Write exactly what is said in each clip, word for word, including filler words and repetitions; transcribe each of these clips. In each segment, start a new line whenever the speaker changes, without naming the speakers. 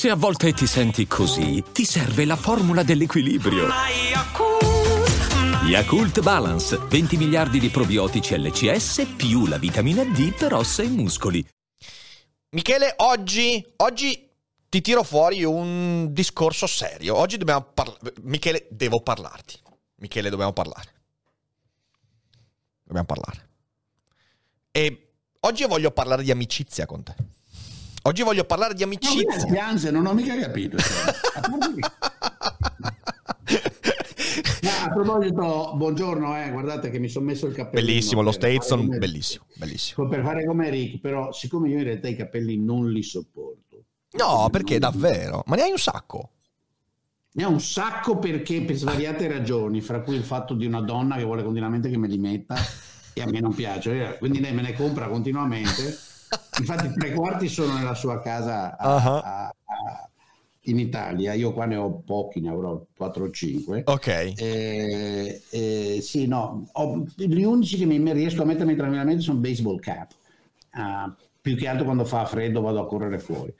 Se a volte ti senti così, ti serve la formula dell'equilibrio. Yakult Balance, venti miliardi di probiotici L C S più la vitamina D per ossa e muscoli.
Michele, oggi, oggi ti tiro fuori un discorso serio. Oggi dobbiamo parlare. Michele, devo parlarti. Michele, dobbiamo parlare. Dobbiamo parlare. E oggi io voglio parlare di amicizia con te. Oggi voglio parlare di amicizia.
No, piange, non ho mica capito. Cioè. Ma a proposito, buongiorno, eh, guardate che mi sono messo il cappellino.
Bellissimo, lo Stetson, bellissimo, bellissimo.
Per fare come Rick, però siccome io in realtà i capelli non li sopporto.
No, perché davvero? Ma ne hai un sacco.
Ne ho un sacco perché per svariate ragioni, fra cui il fatto di una donna che vuole continuamente che me li metta e a me non piace, quindi lei me ne compra continuamente. Infatti tre quarti sono nella sua casa a, uh-huh. a, a, in Italia, io qua ne ho pochi, ne avrò quattro o cinque.
Ok.
E, e, sì, no, ho, gli unici che mi riesco a mettermi tranquillamente sono baseball cap, uh, più che altro quando fa freddo vado a correre fuori.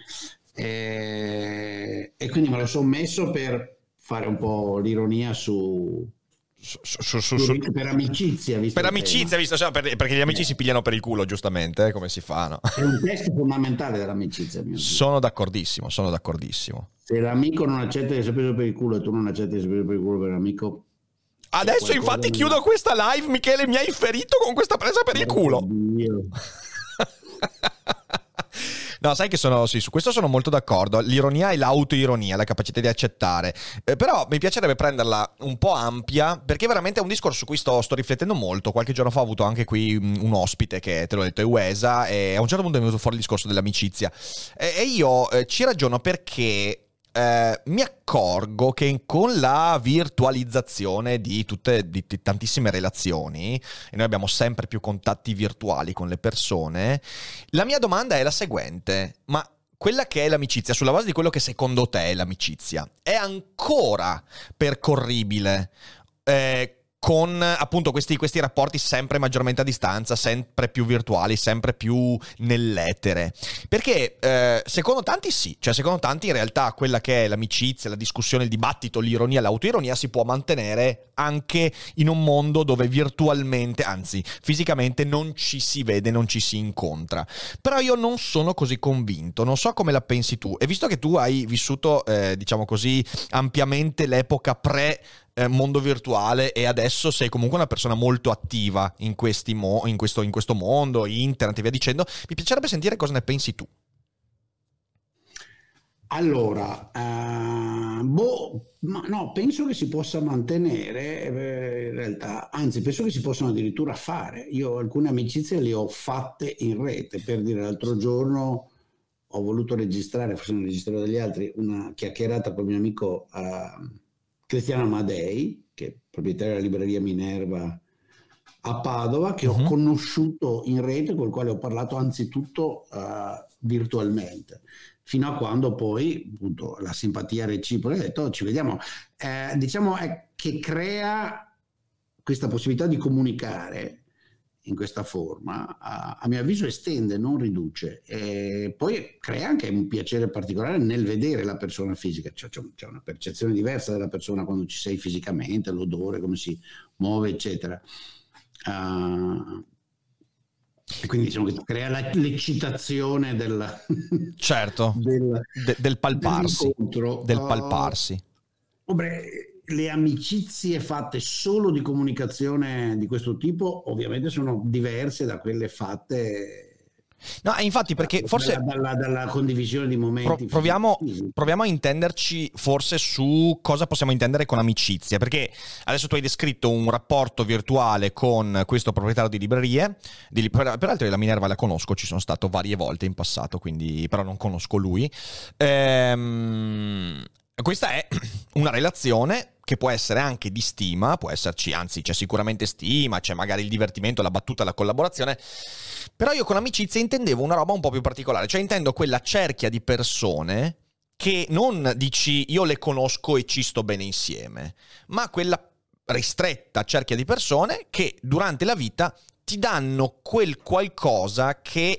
E, e quindi me lo sono messo per fare un po' l'ironia su...
Su, su, su, su,
per amicizia visto
per amicizia visto cioè, per, perché gli amici eh. si pigliano per il culo, giustamente, eh, come si fa, no?
È un test fondamentale dell'amicizia, mio
sono d'accordissimo sono d'accordissimo
se l'amico non accetta di essere preso per il culo e tu non accetti di essere preso per il culo per l'amico,
adesso infatti non... chiudo questa live. Michele, mi hai ferito con questa presa per il culo. No, sai che sono, sì, su questo sono molto d'accordo. L'ironia e l'autoironia, la capacità di accettare. Eh, però mi piacerebbe prenderla un po' ampia, perché veramente è un discorso su cui sto, sto riflettendo molto. Qualche giorno fa ho avuto anche qui un ospite che, te l'ho detto, è Uesa, e a un certo punto è venuto fuori il discorso dell'amicizia. E, e io eh, ci ragiono perché... Eh, mi accorgo che con la virtualizzazione di tutte di, di tantissime relazioni, e noi abbiamo sempre più contatti virtuali con le persone, la mia domanda è la seguente: ma quella che è l'amicizia, sulla base di quello che secondo te è l'amicizia, è ancora percorribile eh, con appunto questi, questi rapporti sempre maggiormente a distanza, sempre più virtuali, sempre più nell'etere? Perché eh, secondo tanti sì, cioè secondo tanti in realtà quella che è l'amicizia, la discussione, il dibattito, l'ironia, l'autoironia si può mantenere anche in un mondo dove virtualmente, anzi fisicamente, non ci si vede, non ci si incontra. Però io non sono così convinto, non so come la pensi tu, e visto che tu hai vissuto eh, diciamo così ampiamente l'epoca pre Eh, mondo virtuale, e adesso sei comunque una persona molto attiva in, questi mo- in, questo, in questo mondo, internet e via dicendo, mi piacerebbe sentire cosa ne pensi tu.
Allora, uh, boh, ma no, penso che si possa mantenere, eh, in realtà, anzi penso che si possano addirittura fare. Io alcune amicizie le ho fatte in rete, per dire, l'altro giorno ho voluto registrare, forse non registrerò degli altri, una chiacchierata con il mio amico uh, Cristiano Amadei, che è proprietario della libreria Minerva a Padova, che uh-huh. ho conosciuto in rete, col quale ho parlato anzitutto uh, virtualmente, fino a quando poi appunto la simpatia reciproca, ho detto oh, ci vediamo, eh, diciamo è che crea questa possibilità di comunicare in questa forma, a, a mio avviso estende, non riduce, e poi crea anche un piacere particolare nel vedere la persona fisica, cioè, c'è una percezione diversa della persona quando ci sei fisicamente, l'odore, come si muove, eccetera. Uh, e quindi diciamo che crea la, l'eccitazione del,
certo,
del,
de, del palparsi,
dell'incontro.
del palparsi.
Uh, beh, le amicizie fatte solo di comunicazione di questo tipo ovviamente sono diverse da quelle fatte...
No, infatti, perché forse
dalla, dalla condivisione di momenti.
Proviamo, proviamo a intenderci forse su cosa possiamo intendere con amicizia, perché adesso tu hai descritto un rapporto virtuale con questo proprietario di librerie, di, peraltro la Minerva la conosco, ci sono stato varie volte in passato, quindi però non conosco lui. Ehm, questa è una relazione che può essere anche di stima, può esserci, anzi c'è sicuramente stima, c'è magari il divertimento, la battuta, la collaborazione. Però io con amicizia intendevo una roba un po' più particolare, cioè intendo quella cerchia di persone che non dici io le conosco e ci sto bene insieme, ma quella ristretta cerchia di persone che durante la vita ti danno quel qualcosa che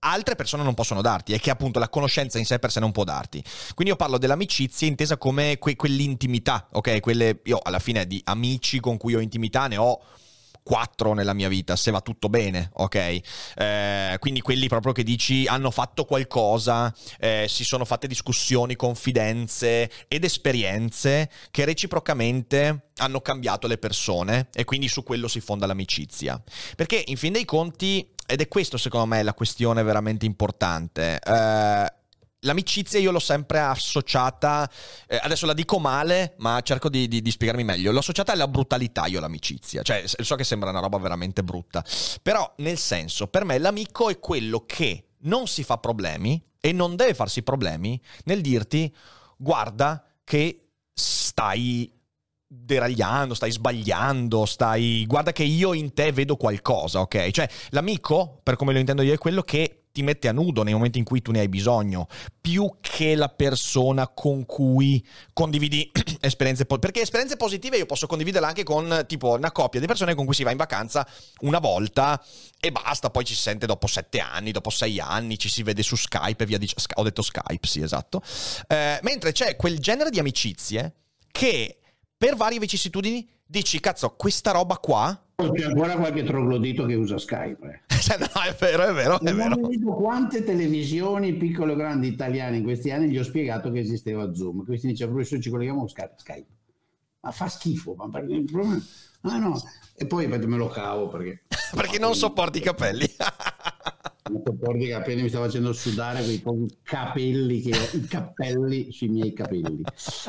altre persone non possono darti e che appunto la conoscenza in sé per sé non può darti. Quindi io parlo dell'amicizia intesa come que- quell'intimità, ok? Quelle, io alla fine di amici con cui ho intimità ne ho quattro nella mia vita, se va tutto bene, ok? Eh, quindi quelli proprio che dici hanno fatto qualcosa, eh, si sono fatte discussioni, confidenze ed esperienze che reciprocamente hanno cambiato le persone e quindi su quello si fonda l'amicizia. Perché in fin dei conti, ed è questo secondo me la questione veramente importante, eh, l'amicizia io l'ho sempre associata, eh, adesso la dico male, ma cerco di, di, di spiegarmi meglio. L'ho associata alla brutalità io l'amicizia. Cioè, so che sembra una roba veramente brutta, però nel senso, per me l'amico è quello che non si fa problemi e non deve farsi problemi nel dirti guarda che stai deragliando, stai sbagliando, stai guarda che io in te vedo qualcosa, ok? Cioè, l'amico, per come lo intendo io, è quello che ti mette a nudo nei momenti in cui tu ne hai bisogno, più che la persona con cui condividi esperienze po- perché esperienze positive io posso condividerle anche con tipo una coppia di persone con cui si va in vacanza una volta e basta, poi ci si sente dopo sette anni, dopo sei anni, ci si vede su Skype e via di... ho detto Skype, sì, esatto. Eh, mentre c'è quel genere di amicizie che per varie vicissitudini dici cazzo, questa roba qua
c'è ancora qualche troglodito che usa Skype.
No, è vero, è vero, è vero.
Non vedo quante televisioni piccole o grandi italiane in questi anni gli ho spiegato che esisteva Zoom. Questi dice, professore, ci colleghiamo con Skype. Skype. Ma fa schifo. Ma perché il problema... Ah no. E poi me lo cavo perché...
perché non sopporti i capelli.
Non sopporti i capelli, mi sta facendo sudare quei pochi capelli, che ho, i cappelli sui miei capelli.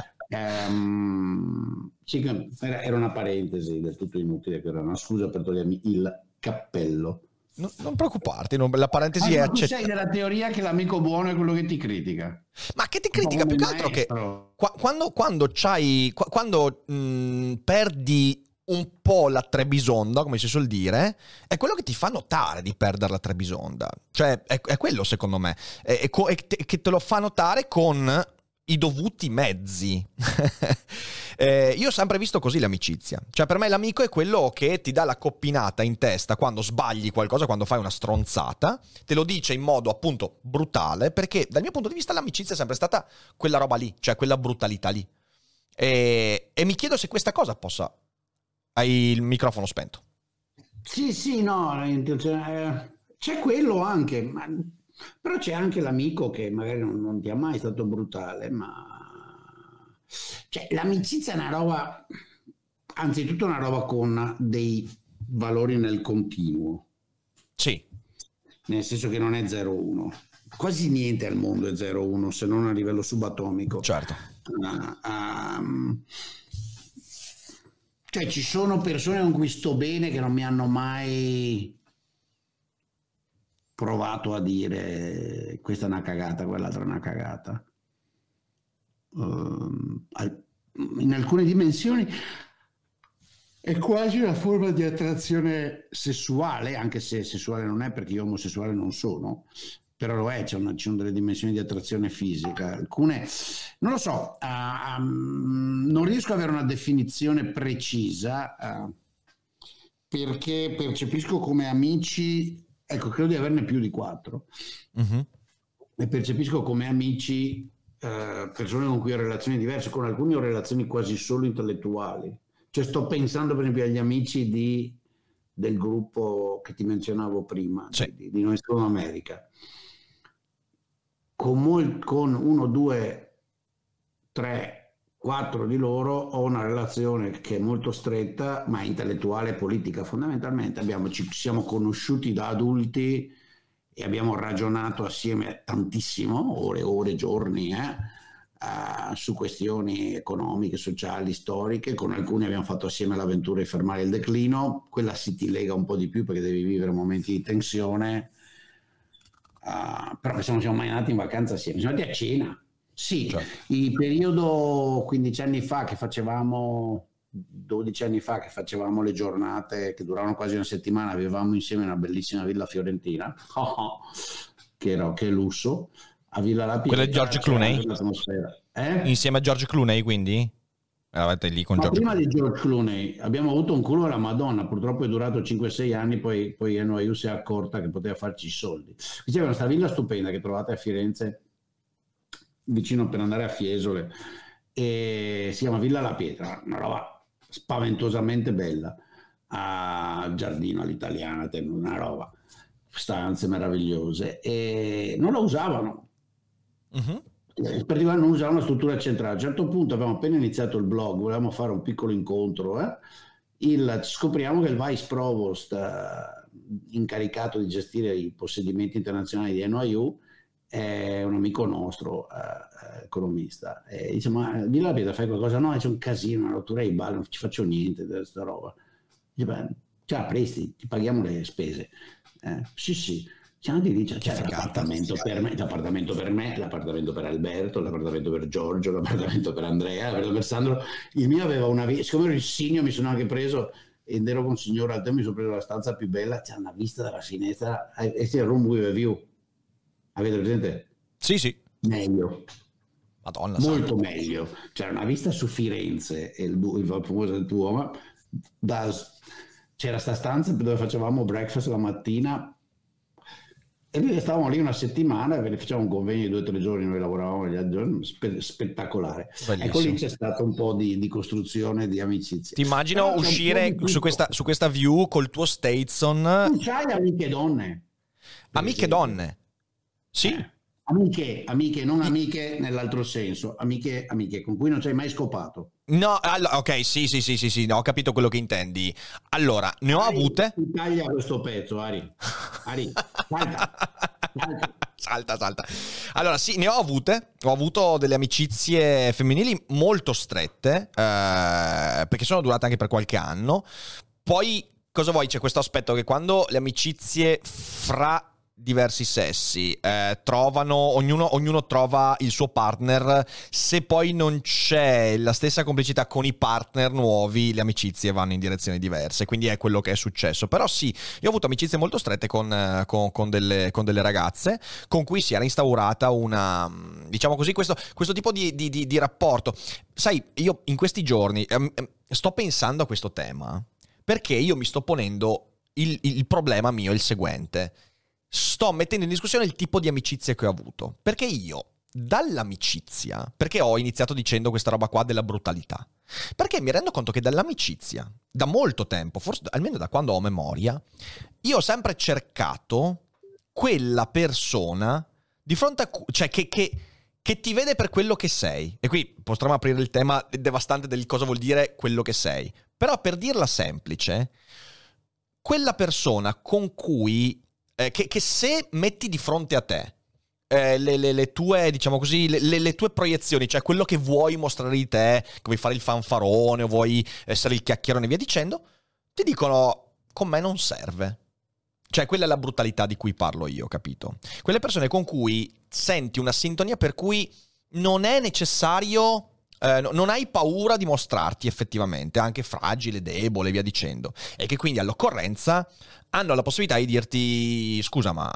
Um, era una parentesi del tutto inutile, era una scusa per togliermi il cappello.
Non, non preoccuparti, non, la parentesi
ah,
è
tu
accettata.
sei della teoria che l'amico buono è quello che ti critica.
Ma che ti critica più che altro che qua, quando, quando c'hai quando mh, perdi un po' la Trebisonda, come si suol dire, è quello che ti fa notare di perdere la Trebisonda. Cioè è, è quello secondo me, è, è, è, che te lo fa notare con i dovuti mezzi. eh, io ho sempre visto così l'amicizia. Cioè per me l'amico è quello che ti dà la coppinata in testa quando sbagli qualcosa, quando fai una stronzata, te lo dice in modo appunto brutale, perché dal mio punto di vista l'amicizia è sempre stata quella roba lì, cioè quella brutalità lì. E, e mi chiedo se questa cosa possa... Hai il microfono spento.
Sì, sì, no, c'è quello anche, ma... però c'è anche l'amico che magari non, non ti ha mai stato brutale, ma cioè, l'amicizia è una roba, anzitutto una roba con dei valori nel continuo.
Sì.
Nel senso che non è zero uno. Quasi niente al mondo è zero uno, se non a livello subatomico.
Certo.
Uh, um, cioè ci sono persone con cui sto bene che non mi hanno mai provato a dire questa è una cagata, quell'altra è una cagata. Uh, in alcune dimensioni è quasi una forma di attrazione sessuale, anche se sessuale non è, perché io omosessuale non sono, però lo è, c'è una, ci sono delle dimensioni di attrazione fisica. Alcune, non lo so, uh, um, non riesco ad avere una definizione precisa, uh, perché percepisco come amici, ecco, credo di averne più di quattro, uh-huh. e percepisco come amici uh, persone con cui ho relazioni diverse, con alcuni ho relazioni quasi solo intellettuali. Cioè sto pensando per esempio agli amici di, del gruppo che ti menzionavo prima, sì. di, di Noi Siamo America. Con, mol, con uno, due, tre, quattro di loro ho una relazione che è molto stretta, ma intellettuale e politica fondamentalmente. Abbiamo, ci siamo conosciuti da adulti e abbiamo ragionato assieme tantissimo, ore, ore, giorni, eh, uh, su questioni economiche, sociali, storiche. Con alcuni abbiamo fatto assieme l'avventura di fermare il declino, quella si ti lega un po' di più perché devi vivere momenti di tensione. Uh, però che non siamo mai andati in vacanza assieme, siamo andati a cena, sì, certo. Il periodo quindici anni fa che facevamo, dodici anni fa che facevamo le giornate che duravano quasi una settimana, avevamo insieme una bellissima villa fiorentina, che era che lusso, a Villa La Pieta.
Quella di George Clooney?
Eh?
Insieme a George Clooney, quindi? Eravate lì con
Ma
George
prima
Clooney.
di George Clooney abbiamo avuto un culo alla Madonna, purtroppo è durato cinque sei anni, poi, poi N Y U si è accorta che poteva farci i soldi. Diceva questa villa stupenda che trovate a Firenze, vicino per andare a Fiesole, e si chiama Villa La Pietra, una roba spaventosamente bella, a giardino all'italiana, una roba, stanze meravigliose, e non la usavano.
Uh-huh.
Perché non usavano una struttura centrale. A un certo punto avevamo appena iniziato il blog, volevamo fare un piccolo incontro, eh? il, scopriamo che il vice provost eh, incaricato di gestire i possedimenti internazionali di N Y U è un amico nostro eh, economista, e dice: ma Villa La Pietra fai qualcosa? No, c'è un casino, una rottura di balle, non ci faccio niente di questa roba. Dice: beh, ce la presti, ti paghiamo le spese. Eh, sì sì. C'è di lì, c'è, c'è l'appartamento per me, l'appartamento per me, l'appartamento per Alberto, l'appartamento per Giorgio, l'appartamento per Andrea, l'appartamento per Sandro. Il mio aveva una vista, siccome ero il signo mi sono anche preso, ed ero con un signore al tempo, mi sono preso la stanza più bella, c'è una vista dalla finestra, e c'è il room with a view. Avete presente?
Sì, sì.
Meglio.
Madonna.
Molto
santo.
meglio. C'era una vista su Firenze, e il, il famoso del Duomo, da, c'era sta stanza dove facevamo breakfast la mattina. E noi stavamo lì una settimana, perché facciamo un convegno di due o tre giorni, noi lavoravamo gli altri giorni, spe- spettacolare.
Bellissimo.
Ecco, lì c'è stato un po' di, di costruzione, di amicizia.
Ti immagino
Però
uscire su questa, su questa view col tuo Stetson.
Tu c'hai amiche donne.
Amiche
esempio.
donne. Sì.
Eh, amiche, amiche, non amiche nell'altro senso, amiche, amiche con cui non ci hai mai scopato.
No, allora, ok, sì, sì, sì, sì, sì, no, ho capito quello che intendi. Allora, ne ho
Ari,
avute.
Taglia questo pezzo, Ari. Ari, salta. salta.
Salta, salta. Allora, sì, ne ho avute. Ho avuto delle amicizie femminili molto strette, eh, perché sono durate anche per qualche anno. Poi, cosa vuoi? C'è questo aspetto che quando le amicizie fra diversi sessi eh, trovano, ognuno, ognuno trova il suo partner, se poi non c'è la stessa complicità con i partner nuovi, le amicizie vanno in direzioni diverse, quindi è quello che è successo. Però sì, io ho avuto amicizie molto strette con, con, con, delle, con delle ragazze con cui si era instaurata una, diciamo così, questo, questo tipo di, di, di, di rapporto. Sai, io in questi giorni ehm, sto pensando a questo tema perché io mi sto ponendo il, il problema mio è il seguente: sto mettendo in discussione il tipo di amicizie che ho avuto, perché io dall'amicizia, perché ho iniziato dicendo questa roba qua della brutalità, perché mi rendo conto che dall'amicizia, da molto tempo, forse almeno da quando ho memoria, io ho sempre cercato quella persona di fronte a cui, cioè che, che, che ti vede per quello che sei. E qui potremmo aprire il tema devastante del cosa vuol dire quello che sei, però per dirla semplice, quella persona con cui Eh, che, che se metti di fronte a te eh, le, le, le tue, diciamo così, le, le tue proiezioni, cioè quello che vuoi mostrare di te, che vuoi fare il fanfarone o vuoi essere il chiacchierone e via dicendo, ti dicono: con me non serve. Cioè quella è la brutalità di cui parlo io, capito? Quelle persone con cui senti una sintonia per cui non è necessario... Eh, non hai paura di mostrarti effettivamente anche fragile, debole, via dicendo, e che quindi all'occorrenza hanno la possibilità di dirti: scusa, ma...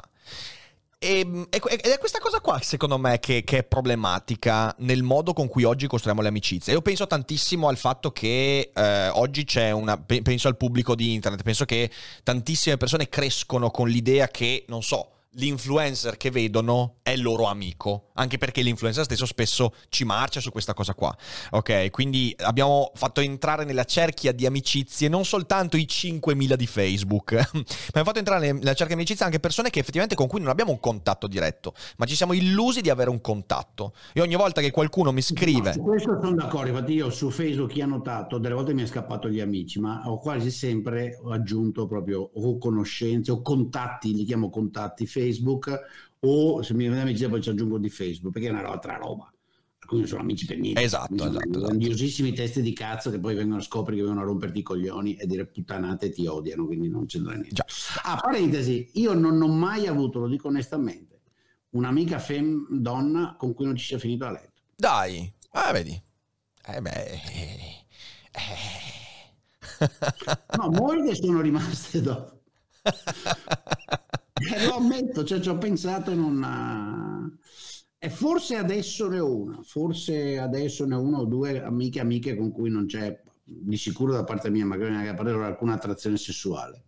E, ed è questa cosa qua secondo me che, che è problematica nel modo con cui oggi costruiamo le amicizie. Io penso tantissimo al fatto che eh, oggi c'è una... penso al pubblico di internet, penso che tantissime persone crescono con l'idea che, non so, l'influencer che vedono è il loro amico, anche perché l'influencer stesso spesso ci marcia su questa cosa qua, ok? Quindi abbiamo fatto entrare nella cerchia di amicizie non soltanto i cinquemila di Facebook, ma abbiamo fatto entrare nella cerchia di amicizie anche persone che effettivamente con cui non abbiamo un contatto diretto, ma ci siamo illusi di avere un contatto. E ogni volta che qualcuno mi scrive...
Su questo sono d'accordo, infatti io su Facebook, chi ha notato, delle volte mi è scappato gli amici, ma ho quasi sempre aggiunto proprio o conoscenze o contatti, li chiamo contatti Facebook, Facebook, o se mi viene amicizia poi ci aggiungo di Facebook, perché è una altra roba. Alcuni sono amici per niente.
Esatto,
sono
esatto,
grandiosissimi esatto. Testi di cazzo che poi vengono a scoprire che vengono a romperti i coglioni e dire puttanate e ti odiano, quindi non c'entra niente. Già. Ah, parentesi, io non ho mai avuto, lo dico onestamente, un'amica fem donna con cui non ci sia finito a letto.
Dai, ah, vedi. Eh beh... Eh.
No, molte sono rimaste dopo. Eh, lo ammetto, cioè ci ho pensato, non ha... E forse adesso ne ho una, forse adesso ne ho una o due amiche amiche con cui non c'è di sicuro da parte mia, magari da parte loro, alcuna attrazione sessuale.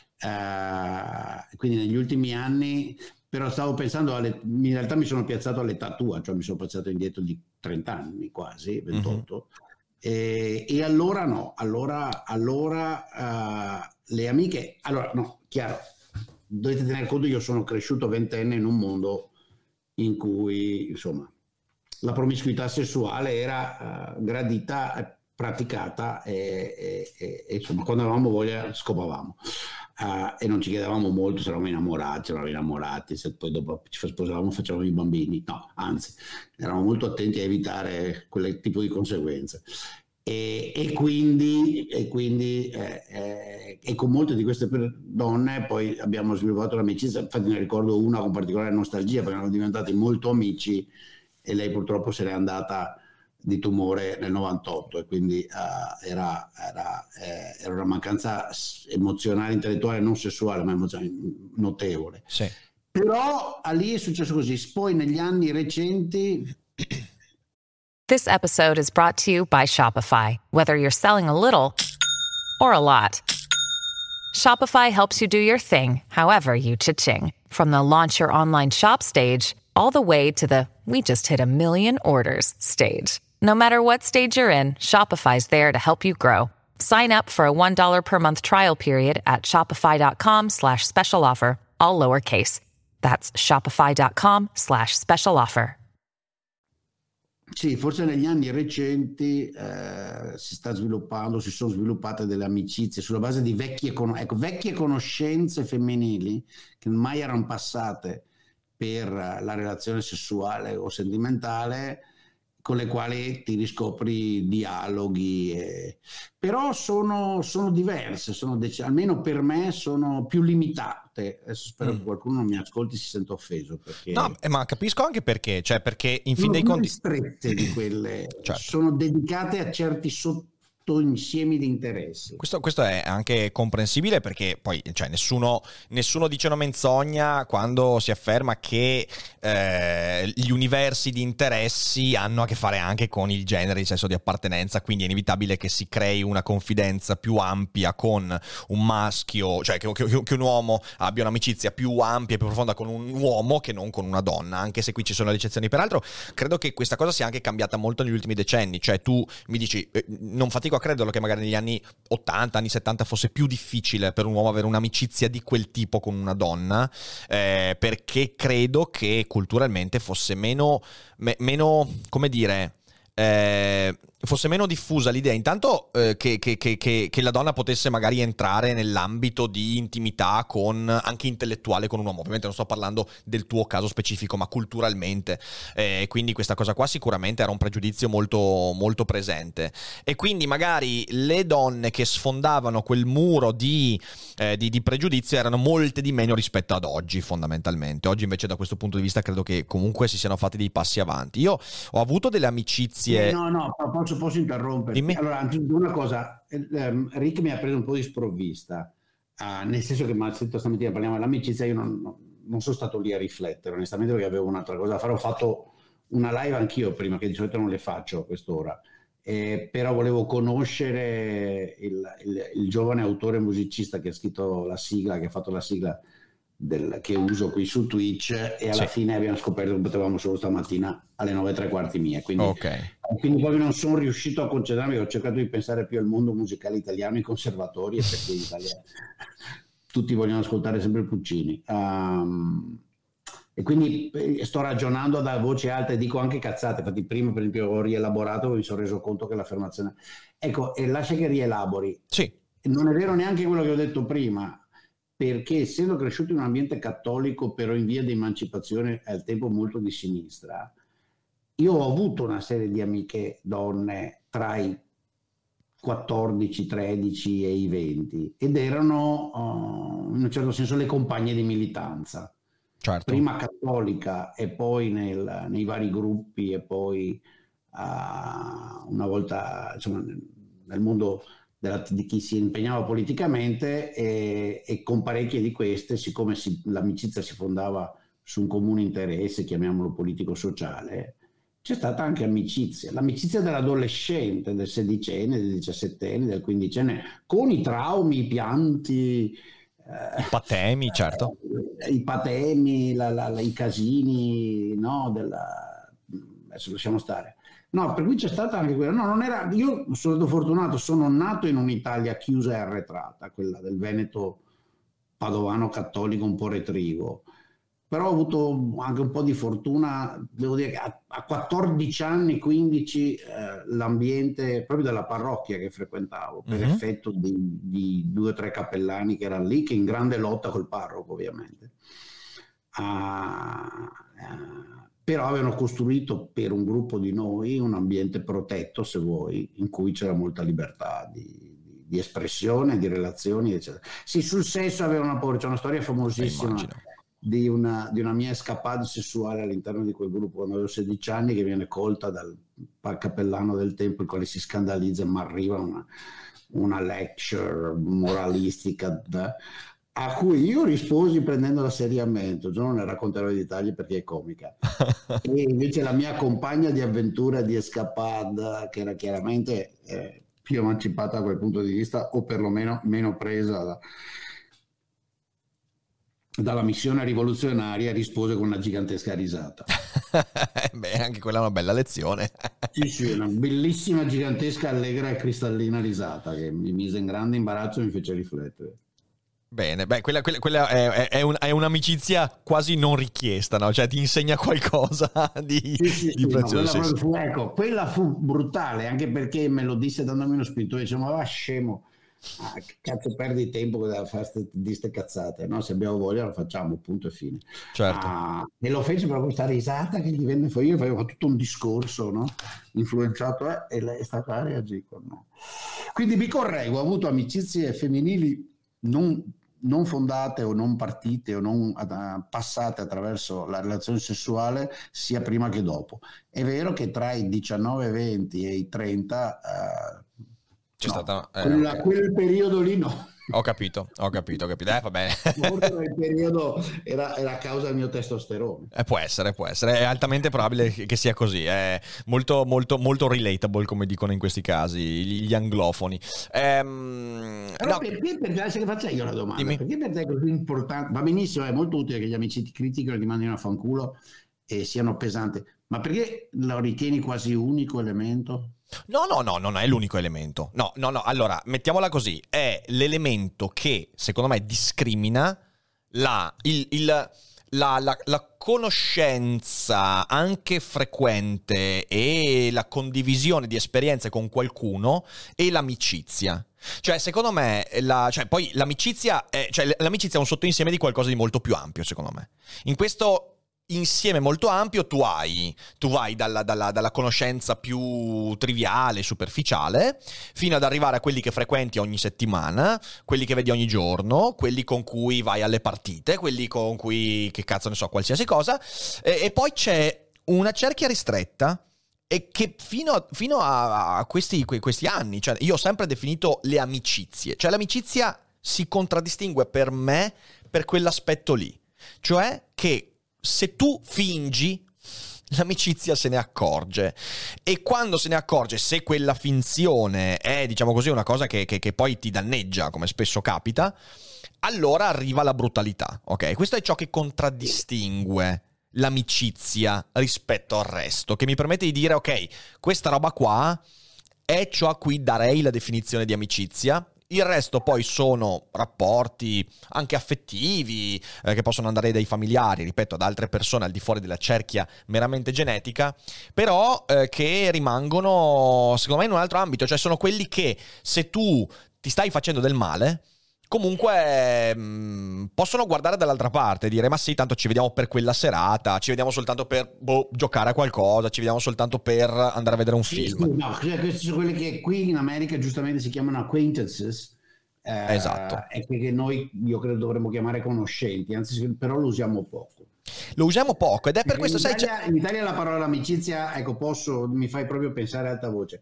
Uh, quindi negli ultimi anni, però stavo pensando, alle, in realtà mi sono piazzato all'età tua, cioè mi sono piazzato indietro di trenta anni quasi, ventotto. Mm-hmm. E, e allora no, allora, allora uh, le amiche, allora no, chiaro, dovete tenere conto, io sono cresciuto ventenne in un mondo in cui insomma la promiscuità sessuale era uh, gradita, praticata e, e, e, e insomma quando avevamo voglia scopavamo. Uh, e non ci chiedevamo molto se eravamo innamorati, se eravamo innamorati, se poi dopo ci sposavamo facevamo i bambini, no, anzi, eravamo molto attenti a evitare quel tipo di conseguenze. E, e quindi, e, quindi eh, eh, e con molte di queste donne poi abbiamo sviluppato l'amicizia, infatti ne ricordo una con particolare nostalgia perché erano diventati molto amici e lei purtroppo se n'è andata di tumore nel novantotto e quindi uh, era, era, eh, era una mancanza emozionale, intellettuale, non sessuale ma emozionale notevole.
Sì.
Però a lì è successo così, poi negli anni recenti.
This episode is brought to you by Shopify. Whether you're selling a little or a lot, Shopify helps you do your thing, however you cha-ching. From the launch your online shop stage, all the way to the we just hit a million orders stage. No matter what stage you're in, Shopify's there to help you grow. Sign up for a one dollar per month trial period at shopify.com slash special offer, all lowercase. That's shopify.com slash special offer.
Sì, forse negli anni recenti eh, si sta sviluppando, si sono sviluppate delle amicizie sulla base di vecchie, con- ecco, vecchie conoscenze femminili che mai erano passate per la relazione sessuale o sentimentale, con le quali ti riscopri dialoghi, e... però sono, sono diverse, sono dec- almeno per me sono più limitate. Adesso spero mm. che qualcuno non mi ascolti si senta offeso. Perché
no, eh, ma capisco anche perché, cioè perché in fin dei conti...
strette di quelle,
certo.
Sono dedicate a certi sotto insiemi di interessi.
Questo, questo è anche comprensibile perché poi cioè, nessuno, nessuno dice una menzogna quando si afferma che eh, gli universi di interessi hanno a che fare anche con il genere, il senso di appartenenza, quindi è inevitabile che si crei una confidenza più ampia con un maschio, cioè che, che, che un uomo abbia un'amicizia più ampia e più profonda con un uomo che non con una donna, anche se qui ci sono le eccezioni. Peraltro credo che questa cosa sia anche cambiata molto negli ultimi decenni, cioè tu mi dici eh, non fatico a crederlo che magari negli anni ottanta, anni settanta fosse più difficile per un uomo avere un'amicizia di quel tipo con una donna, eh, perché credo che culturalmente fosse meno, me, meno come dire, eh, fosse meno diffusa l'idea intanto eh, che, che, che, che la donna potesse magari entrare nell'ambito di intimità con anche intellettuale con un uomo. Ovviamente non sto parlando del tuo caso specifico, ma culturalmente, eh, quindi questa cosa qua sicuramente era un pregiudizio molto, molto presente, e quindi magari le donne che sfondavano quel muro di, eh, di, di pregiudizio erano molte di meno rispetto ad oggi, fondamentalmente. Oggi invece da questo punto di vista credo che comunque si siano fatti dei passi avanti. Io ho avuto delle amicizie...
Eh, no, no, posso Posso interromperti?
Dimmi.
Allora, una cosa, ehm, Rick mi ha preso un po' di sprovvista, uh, nel senso che mi ha detto stamattina parliamo dell'amicizia, io non, non sono stato lì a riflettere, onestamente, perché avevo un'altra cosa da fare. Ho fatto una live anch'io prima, che di solito non le faccio a quest'ora, eh, però volevo conoscere il, il, il giovane autore musicista che ha scritto la sigla, che ha fatto la sigla del, che uso qui su Twitch, e alla sì. fine abbiamo scoperto che potevamo solo stamattina alle nove e tre quarti mie, quindi,
okay.
quindi poi non sono riuscito a concentrarmi, ho cercato di pensare più al mondo musicale italiano, i conservatori, perché in Italia tutti vogliono ascoltare sempre Puccini, um, e quindi sto ragionando da voce alta e dico anche cazzate. Infatti prima per esempio ho rielaborato, mi sono reso conto che l'affermazione, ecco, e lascia che rielabori,
sì.
non è vero neanche quello che ho detto prima, perché essendo cresciuto in un ambiente cattolico però in via di emancipazione al tempo molto di sinistra, io ho avuto una serie di amiche donne tra i quattordici, tredici e i venti, ed erano uh, in un certo senso le compagne di militanza,
certo.
prima cattolica e poi nel, nei vari gruppi, e poi uh, una volta insomma nel mondo della, di chi si impegnava politicamente, e, e con parecchie di queste, siccome si, l'amicizia si fondava su un comune interesse, chiamiamolo politico-sociale, c'è stata anche amicizia, l'amicizia dell'adolescente, del sedicenne, del diciassettenne, del quindicenne, con i traumi, i pianti,
i patemi, eh, certo,
i patemi, la, la, la, i casini, no, della... adesso lasciamo stare. No, per cui c'è stata anche quella. No, non era. Io sono stato fortunato, sono nato in un'Italia chiusa e arretrata, quella del Veneto padovano cattolico un po' retrivo. Però ho avuto anche un po' di fortuna, devo dire che a, a quattordici anni, quindici, eh, l'ambiente proprio della parrocchia che frequentavo, per uh-huh. effetto di, di due o tre cappellani che erano lì, che in grande lotta col parroco ovviamente. Ah, ah, però avevano costruito per un gruppo di noi un ambiente protetto, se vuoi, in cui c'era molta libertà di, di espressione, di relazioni, eccetera. Sì, sul sesso avevano una paura, c'è una storia famosissima di una, di una mia escapada sessuale all'interno di quel gruppo quando avevo sedici anni, che viene colta dal cappellano del tempo, il quale si scandalizza, ma arriva una, una lecture moralistica da, a cui io risposi prendendola seriamente. Io non ne racconterò i dettagli perché è comica. E invece la mia compagna di avventura, di escapada, che era chiaramente eh, più emancipata da quel punto di vista, o perlomeno meno presa da, dalla missione rivoluzionaria, rispose con una gigantesca risata.
Beh, anche quella è una bella lezione.
Sì, sì, una bellissima, gigantesca, allegra e cristallina risata che mi mise in grande imbarazzo e mi fece riflettere.
Bene, beh, quella, quella, quella è, è, un, è un'amicizia quasi non richiesta, no? Cioè ti insegna qualcosa di,
sì, sì,
di
sì,
prezioso.
No, quella, fu, ecco, quella fu brutale, anche perché me lo disse dandomi uno spinto, dice, ma va scemo, ah, che cazzo perdi tempo da fare di ste cazzate, no? Se abbiamo voglia lo facciamo, punto e fine.
Certo.
Ah, e lo fece proprio questa risata che gli venne fuori, io facevo tutto un discorso, no? Influenzato, eh, e lei è stata a reagire con me. Quindi mi correggo, ho avuto amicizie femminili non, non fondate o non partite o non uh, passate attraverso la relazione sessuale sia prima che dopo. È vero che tra i diciannove, venti e i trenta uh,
c'è no, stata eh,
quella,
okay.
quel periodo lì no.
Ho capito, ho capito, ho capito. Eh, va bene.
Il periodo era, era a causa del mio testosterone.
Eh, può essere, può essere. È altamente probabile che sia così. È molto, molto, molto relatable, come dicono in questi casi gli anglofoni. Ehm,
Però
no.
perché, perché se faccio io la domanda,
Dimmi.
Perché per te è così importante? Va benissimo, è molto utile che gli amici ti critichino e ti mandino a fanculo e siano pesanti, ma perché lo ritieni quasi unico elemento?
No, no, no, non è l'unico elemento. No, no, no. Allora, mettiamola così. È l'elemento che, secondo me, discrimina la, il, il, la, la, la conoscenza anche frequente e la condivisione di esperienze con qualcuno e l'amicizia. Cioè, secondo me, la, cioè, poi l'amicizia è, cioè, l'amicizia è un sottoinsieme di qualcosa di molto più ampio, secondo me. In questo insieme molto ampio tu hai tu vai dalla, dalla, dalla conoscenza più triviale, superficiale, fino ad arrivare a quelli che frequenti ogni settimana, quelli che vedi ogni giorno, quelli con cui vai alle partite, quelli con cui, che cazzo ne so, qualsiasi cosa, e, e poi c'è una cerchia ristretta e che fino a, fino a, a questi, questi anni, cioè io ho sempre definito le amicizie, cioè l'amicizia si contraddistingue per me per quell'aspetto lì, cioè che se tu fingi, l'amicizia se ne accorge, e quando se ne accorge, se quella finzione è, diciamo così, una cosa che, che, che poi ti danneggia, come spesso capita, allora arriva la brutalità, ok? Questo è ciò che contraddistingue l'amicizia rispetto al resto, che mi permette di dire, ok, questa roba qua è ciò a cui darei la definizione di amicizia. Il resto poi sono rapporti anche affettivi, eh, che possono andare dai familiari, ripeto, ad altre persone al di fuori della cerchia meramente genetica, però eh, che rimangono, secondo me, in un altro ambito. Cioè sono quelli che, se tu ti stai facendo del male, comunque mh, possono guardare dall'altra parte e dire, ma sì, tanto ci vediamo per quella serata, ci vediamo soltanto per boh, giocare a qualcosa, ci vediamo soltanto per andare a vedere un
sì,
film.
Sì, no, questi sono quelli che qui in America giustamente si chiamano acquaintances, eh,
esatto,
e che noi, io credo, dovremmo chiamare conoscenti, anzi, però lo usiamo poco.
Lo usiamo poco ed è per
in
questo,
Italia,
sai,
in Italia la parola amicizia, ecco, posso, mi fai proprio pensare ad alta voce.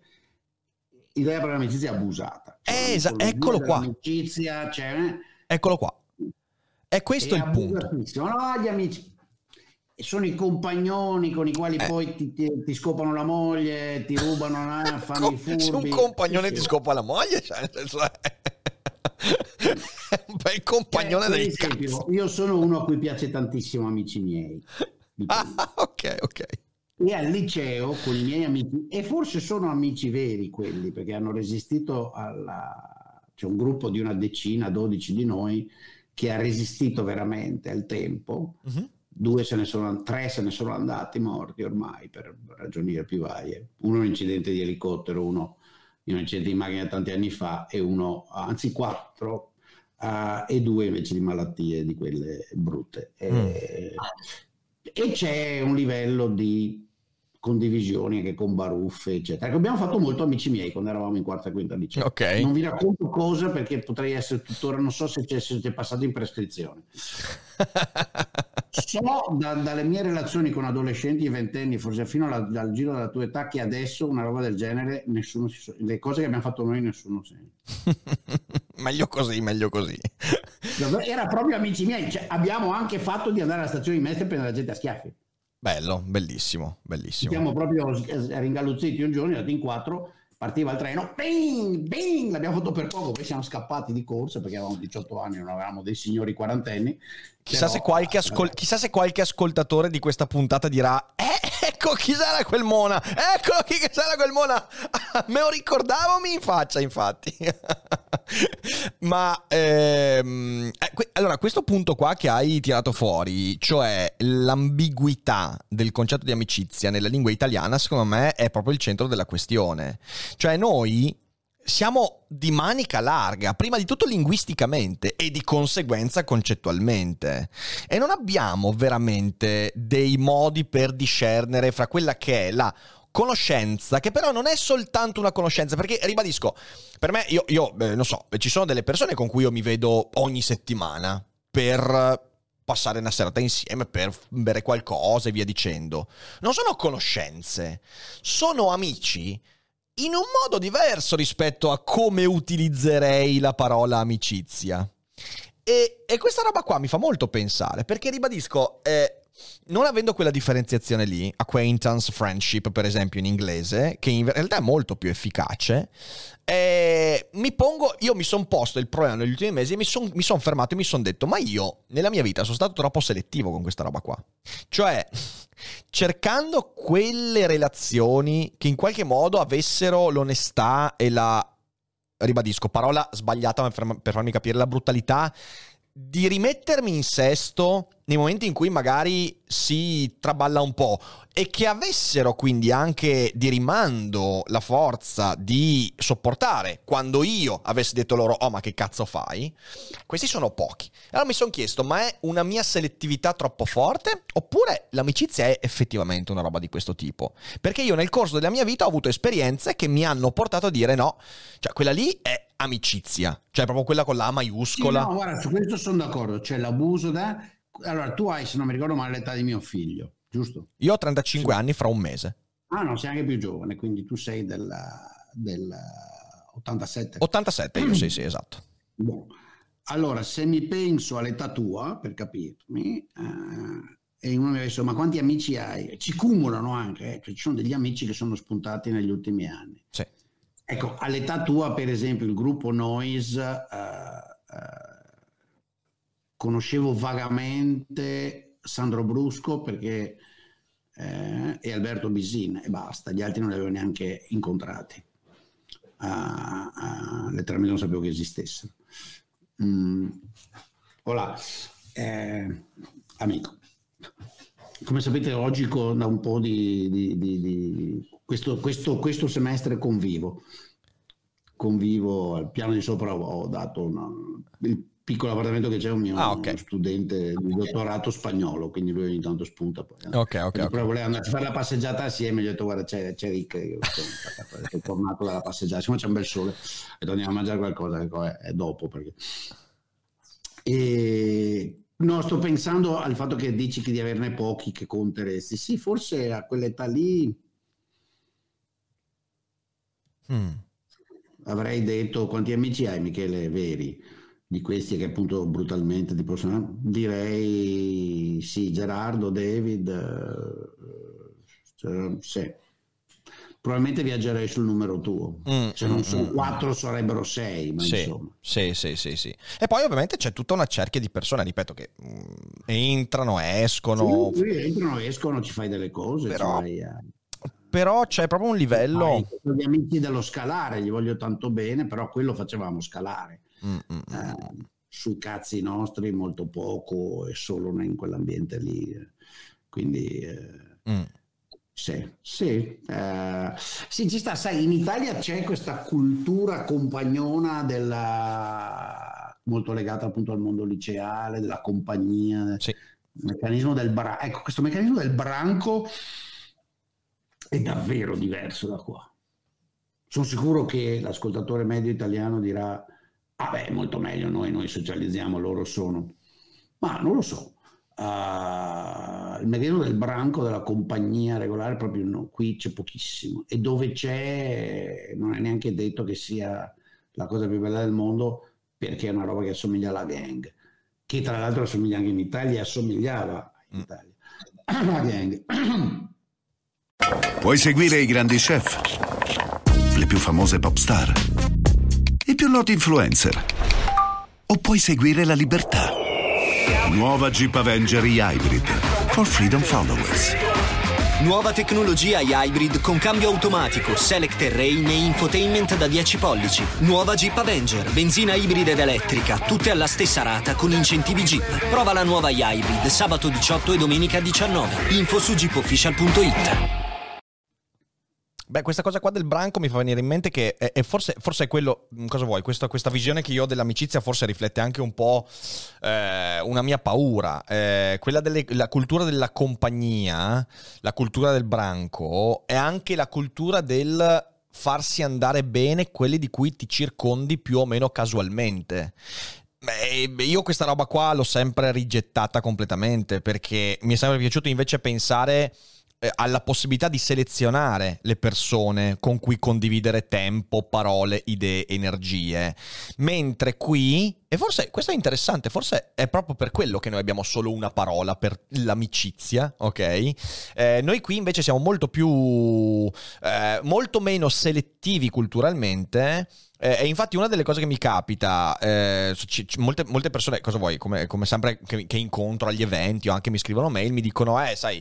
L'idea per l'amicizia è abusata. Cioè,
eh, esa- eccolo qua.
L'amicizia, cioè,
Eccolo qua. È questo
è
il punto.
No, gli amici. sono i compagnoni con i quali
Eh.
poi ti, ti, ti scopano la moglie, ti rubano, la, fanno i furbi.
Se un compagnone
Sì,
ti
sì.
scopa la moglie, cioè, nel senso è un bel compagnone
Eh, per
del
esempio,
cazzo.
io sono uno a cui piace tantissimo Amici miei. Dipende.
Ah, ok, ok.
E al liceo con i miei amici, e forse sono amici veri quelli, perché hanno resistito alla... C'è un gruppo di una decina, dodici di noi, che ha resistito veramente al tempo.
Mhm.
Due se ne sono, tre se ne sono andati morti ormai per ragioni più varie. Uno un incidente di elicottero, uno in un incidente di macchina tanti anni fa, e uno, anzi quattro, uh, e due invece di malattie di quelle brutte.
Mm.
E, e c'è un livello di condivisioni anche con baruffe, eccetera. Ecco, abbiamo fatto molto Amici miei quando eravamo in quarta e quinta liceo.
Ok.
Non vi racconto cosa perché potrei essere tuttora, non so se c'è, se c'è passato in prescrizione. So da, dalle mie relazioni con adolescenti e ventenni, forse fino alla, al giro della tua età, che adesso una roba del genere, nessuno si so, le cose che abbiamo fatto noi nessuno sente.
Meglio così, meglio così.
Era proprio Amici miei, cioè, abbiamo anche fatto di andare alla stazione di Mestre e prendere la gente a schiaffi.
Bello, bellissimo,
Ci
bellissimo.
siamo proprio ringalluzziti un giorno, andati in quattro, partiva il treno, bing, bing, l'abbiamo fatto per poco, poi siamo scappati di corsa perché avevamo diciotto anni, non avevamo dei signori quarantenni.
Chissà,
Però,
se qualche ascol- chissà se qualche ascoltatore di questa puntata dirà: eh, ecco chi sarà quel Mona, eccolo chi che sarà quel Mona. Me lo ricordavo, mi in faccia, infatti. Ma ehm, eh, que- allora, questo punto qua che hai tirato fuori, cioè l'ambiguità del concetto di amicizia nella lingua italiana, secondo me è proprio il centro della questione. Cioè noi siamo di manica larga, prima di tutto linguisticamente e di conseguenza concettualmente, e non abbiamo veramente dei modi per discernere fra quella che è la conoscenza, che però non è soltanto una conoscenza, perché ribadisco, per me, io, io eh, non so, ci sono delle persone con cui io mi vedo ogni settimana per passare una serata insieme, per bere qualcosa e via dicendo. Non sono conoscenze, sono amici in un modo diverso rispetto a come utilizzerei la parola amicizia. E, e questa roba qua mi fa molto pensare, perché ribadisco, eh, non avendo quella differenziazione lì, acquaintance, friendship per esempio in inglese, che in realtà è molto più efficace, eh, mi pongo, io mi sono posto il problema negli ultimi mesi e mi sono mi son fermato e mi sono detto: ma io nella mia vita sono stato troppo selettivo con questa roba qua. Cioè, cercando quelle relazioni che in qualche modo avessero l'onestà e la, ribadisco, parola sbagliata per farmi capire, la brutalità di rimettermi in sesto nei momenti in cui magari si traballa un po', e che avessero quindi anche di rimando la forza di sopportare quando io avessi detto loro: oh, ma che cazzo fai? Questi sono pochi. Allora mi sono chiesto: ma è una mia selettività troppo forte, oppure l'amicizia è effettivamente una roba di questo tipo? Perché io nel corso della mia vita ho avuto esperienze che mi hanno portato a dire no, cioè quella lì è amicizia, cioè proprio quella con la A maiuscola.
Sì, no, guarda, su questo sono d'accordo, c'è l'abuso da... Allora, tu hai, se non mi ricordo male, l'età di mio figlio, giusto?
Io ho trentacinque
Sì.
anni fra un mese.
Ah no, sei anche più giovane, quindi tu sei del, del ottantasette.
ottantasette io, sì, sì, esatto.
Bon. Allora, se mi penso all'età tua, per capirmi, eh, e uno mi ha detto: ma quanti amici hai? Ci cumulano anche, eh? Cioè, ci sono degli amici che sono spuntati negli ultimi anni.
Sì.
Ecco, all'età tua, per esempio, il gruppo Noise, eh, eh, conoscevo vagamente Sandro Brusco perché, eh, e Alberto Bisin, e basta, gli altri non li avevo neanche incontrati. Uh, uh, letteralmente non sapevo che esistessero. Mm. Voilà. Eh, amico, come sapete oggi con, da un po' di, di, di, di questo, questo, questo semestre convivo convivo al piano di sopra, ho dato una, il piccolo appartamento che c'è un mio
ah, okay.
studente di dottorato spagnolo, quindi lui ogni tanto spunta poi, eh.
ok, ok, okay.
Però voleva andare a fare la passeggiata assieme, gli ho detto: guarda, c'è, c'è Rick, io sono, sono tornato dalla passeggiata, siccome c'è un bel sole e andiamo a mangiare qualcosa, è, è dopo perché... E no, sto pensando al fatto che dici che di averne pochi che conteresti. Sì, forse a quell'età lì
mm.
avrei detto: quanti amici hai, Michele, veri? di questi che appunto brutalmente ti possono, direi sì, Gerardo, David, eh, sì. Probabilmente viaggerei sul numero tuo, mm, se non mm, sono quattro mm. sarebbero sei, ma
sì,
insomma.
Sì, sì, sì, sì. E poi ovviamente c'è tutta una cerchia di persone, ripeto, che mm, entrano, escono.
Sì, sì, entrano, escono, ci fai delle cose,
però,
cioè, eh.
però c'è proprio un livello.
Gli amici dello scalare, gli voglio tanto bene, però quello facevamo scalare. Mm, mm, eh,
mm.
Sui cazzi nostri molto poco e solo in quell'ambiente lì. Quindi... Eh, mm. Sì, sì, eh, sì, ci sta, sai, in Italia c'è questa cultura compagnona della, molto legata appunto al mondo liceale, della compagnia,
sì.
Il meccanismo del branco. Ecco, questo meccanismo del branco è davvero diverso da qua. Sono sicuro che l'ascoltatore medio italiano dirà, ah beh, molto meglio noi, noi socializziamo, loro sono. Ma non lo so. Uh, il meccanismo del branco della compagnia regolare proprio no, qui c'è pochissimo, e dove c'è non è neanche detto che sia la cosa più bella del mondo, perché è una roba che assomiglia alla gang, che tra l'altro assomiglia anche in Italia, assomigliava in Italia alla gang.
Puoi seguire i grandi chef, le più famose pop star, i più noti influencer, o puoi seguire la libertà. Nuova Jeep Avenger Hybrid for freedom followers.
Nuova tecnologia Hybrid con cambio automatico, Select Terrain e infotainment da dieci pollici. Nuova Jeep Avenger, benzina ibrida ed elettrica, tutte alla stessa rata con incentivi Jeep. Prova la nuova Hybrid sabato diciotto e domenica diciannove. Info su jeep official punto it.
Beh, questa cosa qua del branco mi fa venire in mente che è, è forse, forse è quello, cosa vuoi, questa, questa visione che io ho dell'amicizia forse riflette anche un po' eh, una mia paura, eh, quella della cultura della compagnia, la cultura del branco, è anche la cultura del farsi andare bene quelli di cui ti circondi più o meno casualmente. Beh, io questa roba qua l'ho sempre rigettata completamente, perché mi è sempre piaciuto invece pensare alla possibilità di selezionare le persone con cui condividere tempo, parole, idee, energie. Mentre qui, e forse questo è interessante, forse è proprio per quello che noi abbiamo solo una parola per l'amicizia, ok? Eh, noi qui invece siamo molto più, eh, molto meno selettivi culturalmente. Eh, e infatti una delle cose che mi capita, eh, c- c- molte, molte persone, cosa vuoi, come, come sempre che, che incontro agli eventi o anche mi scrivono mail, mi dicono, eh sai,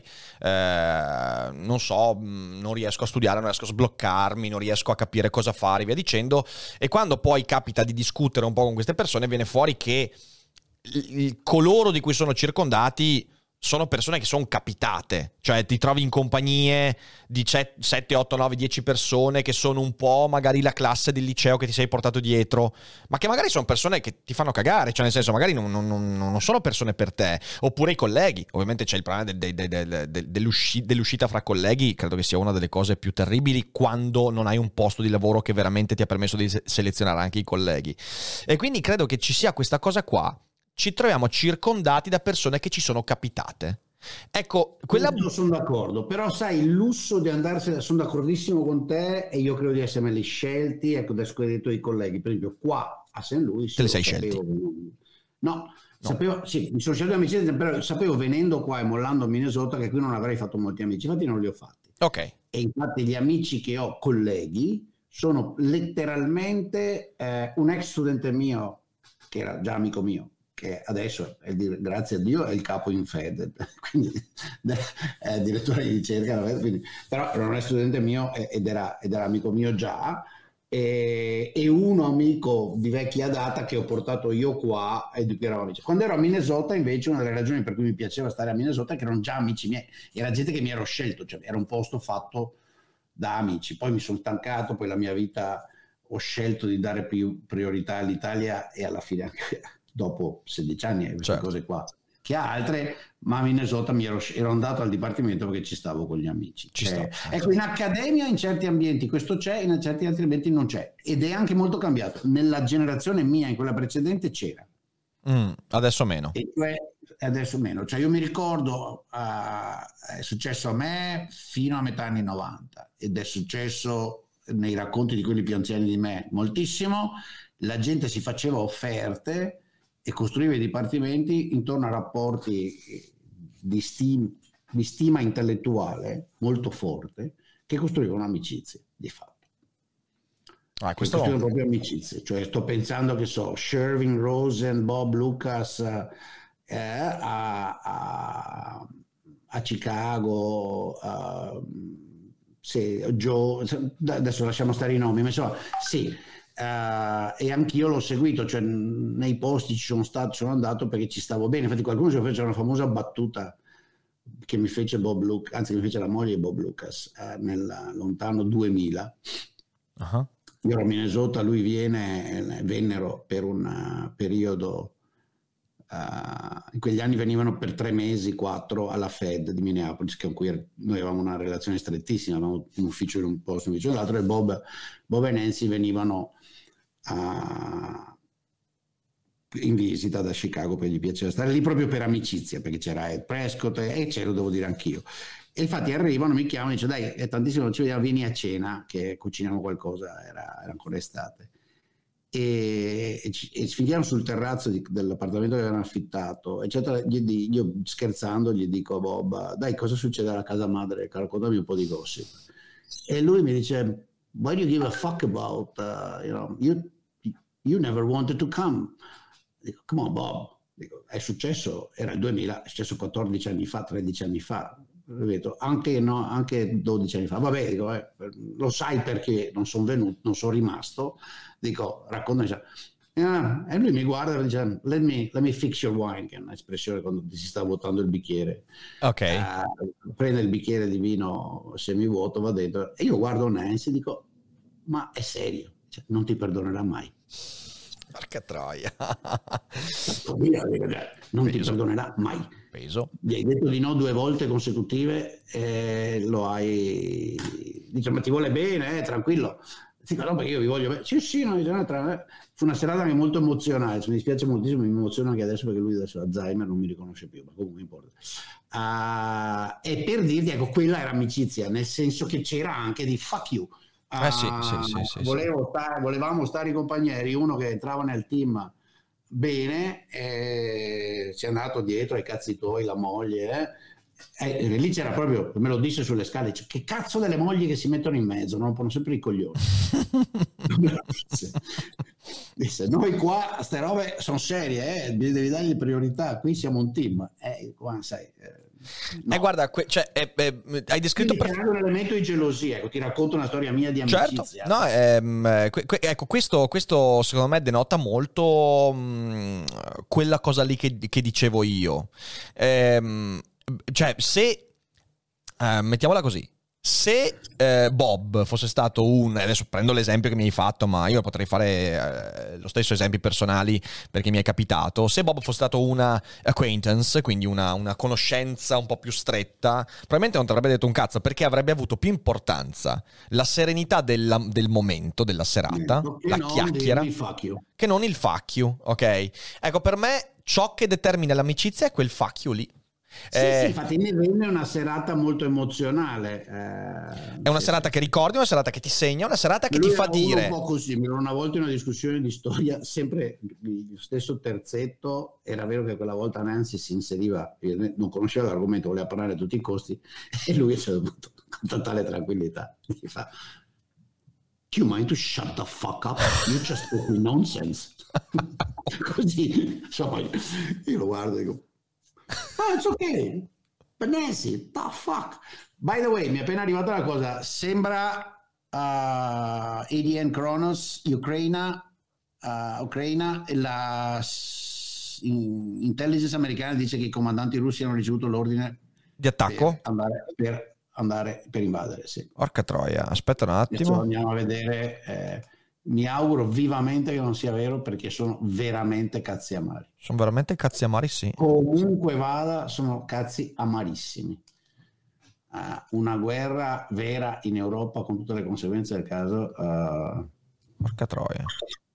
eh, non so, non riesco a studiare, non riesco a sbloccarmi, non riesco a capire cosa fare, via dicendo. E quando poi capita di discutere un po' con queste persone, viene fuori che il, il coloro di cui sono circondati sono persone che sono capitate, cioè ti trovi in compagnie di sette, otto, nove, dieci persone che sono un po' magari la classe del liceo che ti sei portato dietro, ma che magari sono persone che ti fanno cagare, cioè nel senso magari non, non, non sono persone per te, oppure i colleghi. Ovviamente c'è il problema de, de, de, de, de, dell'usci, dell'uscita fra colleghi, credo che sia una delle cose più terribili quando non hai un posto di lavoro che veramente ti ha permesso di selezionare anche i colleghi. E quindi credo che ci sia questa cosa qua. Ci troviamo circondati da persone che ci sono capitate. Ecco, quella...
Io sono d'accordo, però sai, il lusso di andarsene, sono d'accordissimo con te e io credo di essermeli scelti, ecco, adesso che hai detto i colleghi, per esempio qua a Saint Louis...
Te li sei scelti?
No, no, sapevo, sì, mi sono scelto amicizia, però sapevo venendo qua e mollando a Minnesota che qui non avrei fatto molti amici, infatti non li ho fatti.
Ok.
E infatti gli amici che ho, colleghi, sono letteralmente eh, un ex studente mio, che era già amico mio, che adesso, è, grazie a Dio, è il capo in Fed, quindi è direttore di ricerca, quindi, però non è studente mio ed era, ed era amico mio già, e, e uno amico di vecchia data che ho portato io qua e di cui eravamo amici. Quando ero a Minnesota invece una delle ragioni per cui mi piaceva stare a Minnesota è che erano già amici miei, era gente che mi ero scelto, cioè era un posto fatto da amici. Poi mi sono stancato, poi la mia vita ho scelto di dare più priorità all'Italia e alla fine anche dopo sedici anni queste certo. cose qua che altre, ma a Minnesota mi ero, ero andato al dipartimento perché ci stavo con gli amici.
Ci
eh, ecco, in accademia in certi ambienti questo c'è, in certi altri ambienti non c'è, ed è anche molto cambiato. Nella generazione mia, in quella precedente, c'era.
Mm, adesso meno.
E cioè, adesso meno. Cioè io mi ricordo, uh, è successo a me fino a metà anni novanta ed è successo nei racconti di quelli più anziani di me moltissimo. La gente si faceva offerte e costruiva i dipartimenti intorno a rapporti di, stim- di stima intellettuale molto forte, che costruivano amicizie di fatto.
Ah, questo
costruivano proprio amicizie, cioè sto pensando che so Shervin Rosen, Bob Lucas eh, a, a, a Chicago, uh, sì, Joe, adesso lasciamo stare i nomi, ma insomma sì, uh, e anch'io l'ho seguito, cioè nei posti ci sono stato, sono andato perché ci stavo bene. Infatti qualcuno si fece una famosa battuta che mi fece Bob Lucas, anzi mi fece la moglie di Bob Lucas uh, nel lontano duemila.
Uh-huh.
Io ero a Minnesota, lui viene, vennero per un periodo, uh, in quegli anni venivano per tre mesi, quattro, alla Fed di Minneapolis, con cui noi avevamo una relazione strettissima, avevamo un ufficio in un posto, un ufficio nell'altro, e Bob, Bob e Nancy venivano uh, in visita da Chicago, perché gli piaceva stare lì proprio per amicizia, perché c'era Ed Prescott e c'ero, devo dire, anch'io. E infatti arrivano, mi chiamano e dicono dai, è tantissimo, non ci vediamo, vieni a cena che cuciniamo qualcosa, era, era ancora estate, e, e, e ci finiamo sul terrazzo di, dell'appartamento che avevano affittato, eccetera. Gli, io scherzando gli dico a Bob, dai, cosa succede alla casa madre, raccontami un po' di gossip. E lui mi dice, why do you give a fuck about uh, you know, you, you never wanted to come. Dico, come on Bob. Dico, è successo, era il duemila, è successo quattordici anni fa, tredici anni fa, ripeto, anche, no, anche dodici anni fa. Vabbè, dico, eh, lo sai perché non sono venuto, non sono rimasto. Dico, raccontami. Eh, e lui mi guarda e dice, let me, let me fix your wine, che è un'espressione quando ti si sta vuotando il bicchiere.
Ok.
Uh, prende il bicchiere di vino semivuoto, va dentro, e io guardo Nancy e dico, ma è serio? Cioè, non ti perdonerà mai.
Porca troia.
Non
Peso.
ti perdonerà mai.
Peso.
Gli hai detto di no due volte consecutive e lo hai... Dice, ma ti vuole bene, eh, tranquillo. Dico, no, perché io vi voglio bene. Sì, sì, no, no, tra... Fu una serata anche molto emozionale, mi dispiace moltissimo, mi emoziona anche adesso perché lui adesso ha Alzheimer, non mi riconosce più, ma comunque importa. Uh, e per dirti, ecco, quella era amicizia, nel senso che c'era anche di fuck you.
Eh sì, sì, sì, sì,
Volevo stare, volevamo stare i compagni, uno che entrava nel team bene, e ci è andato dietro ai cazzi tuoi, la moglie, eh? E lì c'era proprio, me lo disse sulle scale, dice, che cazzo delle mogli che si mettono in mezzo, non rompono sempre i coglioni. Disse, noi qua ste robe sono serie, eh? Devi dargli priorità, qui siamo un team, eh, qua sai... Eh,
No. Eh, guarda, que- cioè, eh, eh, hai descritto
per... un elemento di gelosia, ecco, ti racconto una storia mia di amicizia.
Certo. No, ehm, que- que- ecco, questo, questo secondo me denota molto mh, quella cosa lì che, che dicevo io. Ehm, cioè, se eh, mettiamola così, se eh, Bob fosse stato un... Adesso prendo l'esempio che mi hai fatto, ma io potrei fare eh, lo stesso esempi personali perché mi è capitato. Se Bob fosse stato una acquaintance, quindi una, una conoscenza un po' più stretta, probabilmente non ti avrebbe detto un cazzo, perché avrebbe avuto più importanza la serenità della, del momento, della serata,
che
la
non
chiacchiera, che non il fuck you, ok? Ecco, per me ciò che determina l'amicizia è quel fuck you lì.
Sì,
eh,
sì, infatti mi venne una serata molto emozionale. Eh,
è una
sì,
serata
sì.
che ricordi, una serata che ti segna, una serata che
Lui
ti fa
era uno
dire...
un po' così, mi ero una volta in una discussione di storia, sempre lo stesso terzetto, era vero che quella volta Nancy si inseriva, non conosceva l'argomento, voleva parlare a tutti i costi, e lui si è dovuto con totale tranquillità. Gli fa, do you mind to shut the fuck up? You just talking nonsense. Così, insomma, io lo guardo e dico, oh, it's okay, but Nancy, the fuck. By the way, mi è appena arrivata una cosa, sembra uh, A D N Kronos, Ucraina, uh, Ucraina, la s- in- intelligence americana dice che i comandanti russi hanno ricevuto l'ordine
Di attacco?
per andare per, andare, per invadere, sì.
Porca troia, aspetta un
Adesso
attimo.
andiamo a vedere, eh, mi auguro vivamente che non sia vero perché sono veramente cazzi amari.
Sono veramente cazzi amari, sì.
Comunque vada, sono cazzi amarissimi. Uh, una guerra vera in Europa con tutte le conseguenze del caso. Uh...
Porca troia.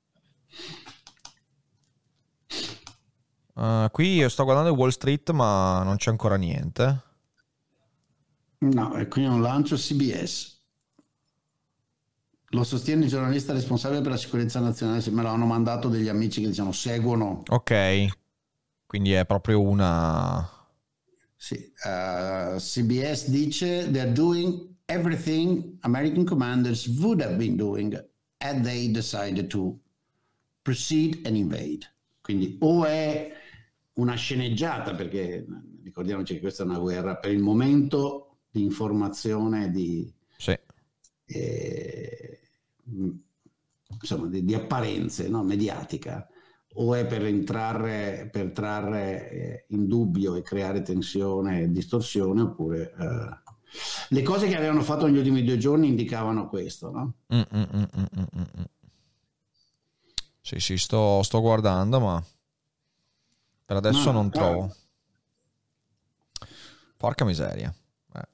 Uh, qui io sto guardando Wall Street, ma non c'è ancora niente.
No, e qui è un lancio C B S. Lo sostiene il giornalista responsabile per la sicurezza nazionale, se me l'hanno mandato degli amici che diciamo seguono.
Ok, quindi è proprio una...
Sì, uh, C B S dice they're doing everything American commanders would have been doing had they decided to proceed and invade. Quindi o è una sceneggiata, perché ricordiamoci che questa è una guerra per il momento di informazione, di...
Sì.
Eh, insomma di, di apparenze, no? Mediatica, o è per entrare per trarre eh, in dubbio e creare tensione e distorsione, oppure eh, le cose che avevano fatto negli ultimi due giorni indicavano questo, no?
Mm, mm, mm, mm, mm, mm. Sì, sì, sto, sto guardando, ma per adesso
no,
non
no.
trovo. Porca miseria. Eh.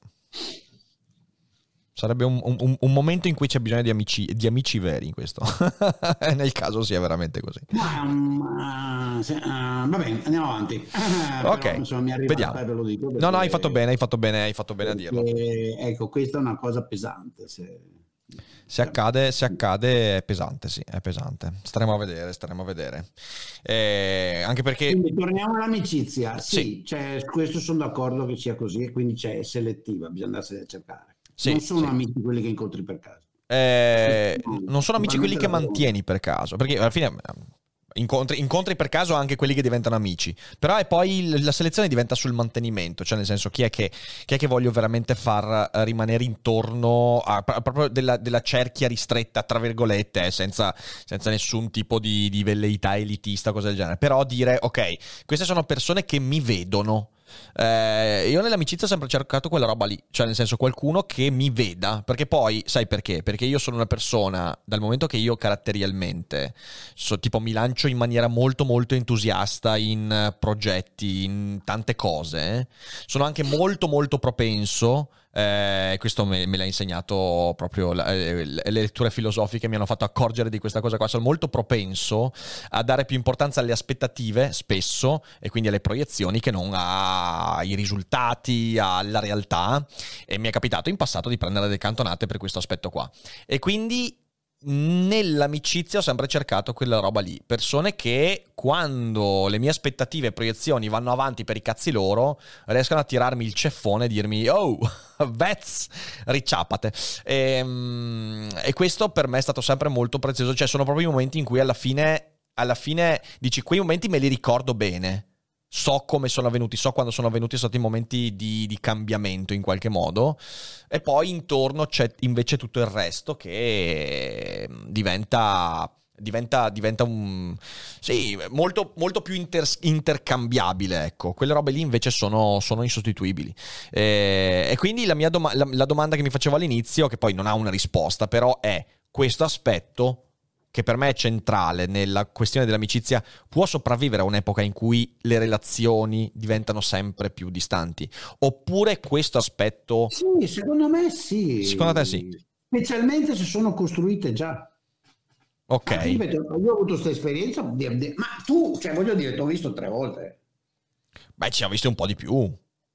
Sarebbe un, un, un momento in cui c'è bisogno di amici, di amici veri in questo. Nel caso sia veramente così.
Um, uh, se, uh, va bene, andiamo avanti. Uh,
ok,
però, insomma, mi arriva,
vediamo.
ve lo dico perché,
no, no, hai fatto bene, hai fatto bene, hai fatto bene
perché,
a dirlo.
Ecco, questa è una cosa pesante. Se,
se accade, se accade è pesante, sì, è pesante. Staremo a vedere, staremo a vedere. Eh, anche perché...
Quindi torniamo all'amicizia. Sì,
sì.
Cioè, questo sono d'accordo che sia così, e quindi c'è selettiva, bisogna andarsene a cercare.
Sì,
non sono
sì.
amici quelli che incontri per caso.
Eh, non sono amici quelli che mantieni per caso, perché alla fine incontri, incontri per caso anche quelli che diventano amici, però e poi la selezione diventa sul mantenimento, cioè nel senso chi è che, chi è che voglio veramente far rimanere intorno a, proprio della, della cerchia ristretta, tra virgolette, senza, senza nessun tipo di, di velleità elitista, cosa del genere, però dire ok, queste sono persone che mi vedono. Eh, io nell'amicizia ho sempre cercato quella roba lì, cioè nel senso qualcuno che mi veda, perché poi sai perché? Perché io sono una persona, dal momento che io caratterialmente so, tipo mi lancio in maniera molto molto entusiasta in progetti, in tante cose, sono anche molto molto propenso. Eh, questo me, me l'ha insegnato proprio la, eh, le letture filosofiche mi hanno fatto accorgere di questa cosa qua. Sono molto propenso a dare più importanza alle aspettative spesso e quindi alle proiezioni che non ai risultati, alla realtà, e mi è capitato in passato di prendere delle cantonate per questo aspetto qua, e quindi nell'amicizia ho sempre cercato quella roba lì, persone che quando le mie aspettative e proiezioni vanno avanti per i cazzi loro riescono a tirarmi il ceffone e dirmi oh vets, ricciapate, e, e questo per me è stato sempre molto prezioso, cioè sono proprio i momenti in cui alla fine alla fine dici quei momenti me li ricordo bene, so come sono avvenuti, so quando sono avvenuti, sono stati momenti di, di cambiamento in qualche modo, e poi intorno c'è invece tutto il resto che diventa diventa, diventa un sì, molto, molto più inter, intercambiabile, ecco, quelle robe lì invece sono, sono insostituibili, e, e quindi la, mia doma- la, la domanda che mi facevo all'inizio, che poi non ha una risposta, però è questo aspetto che per me è centrale nella questione dell'amicizia, può sopravvivere a un'epoca in cui le relazioni diventano sempre più distanti? Oppure questo aspetto...
Sì, secondo me sì.
Secondo te sì?
Specialmente se sono costruite già.
Ok.
Ma, ripeto, io ho avuto questa esperienza, di, di, ma tu, cioè voglio dire, ti ho visto tre volte.
Beh, ci ho visto un po' di più.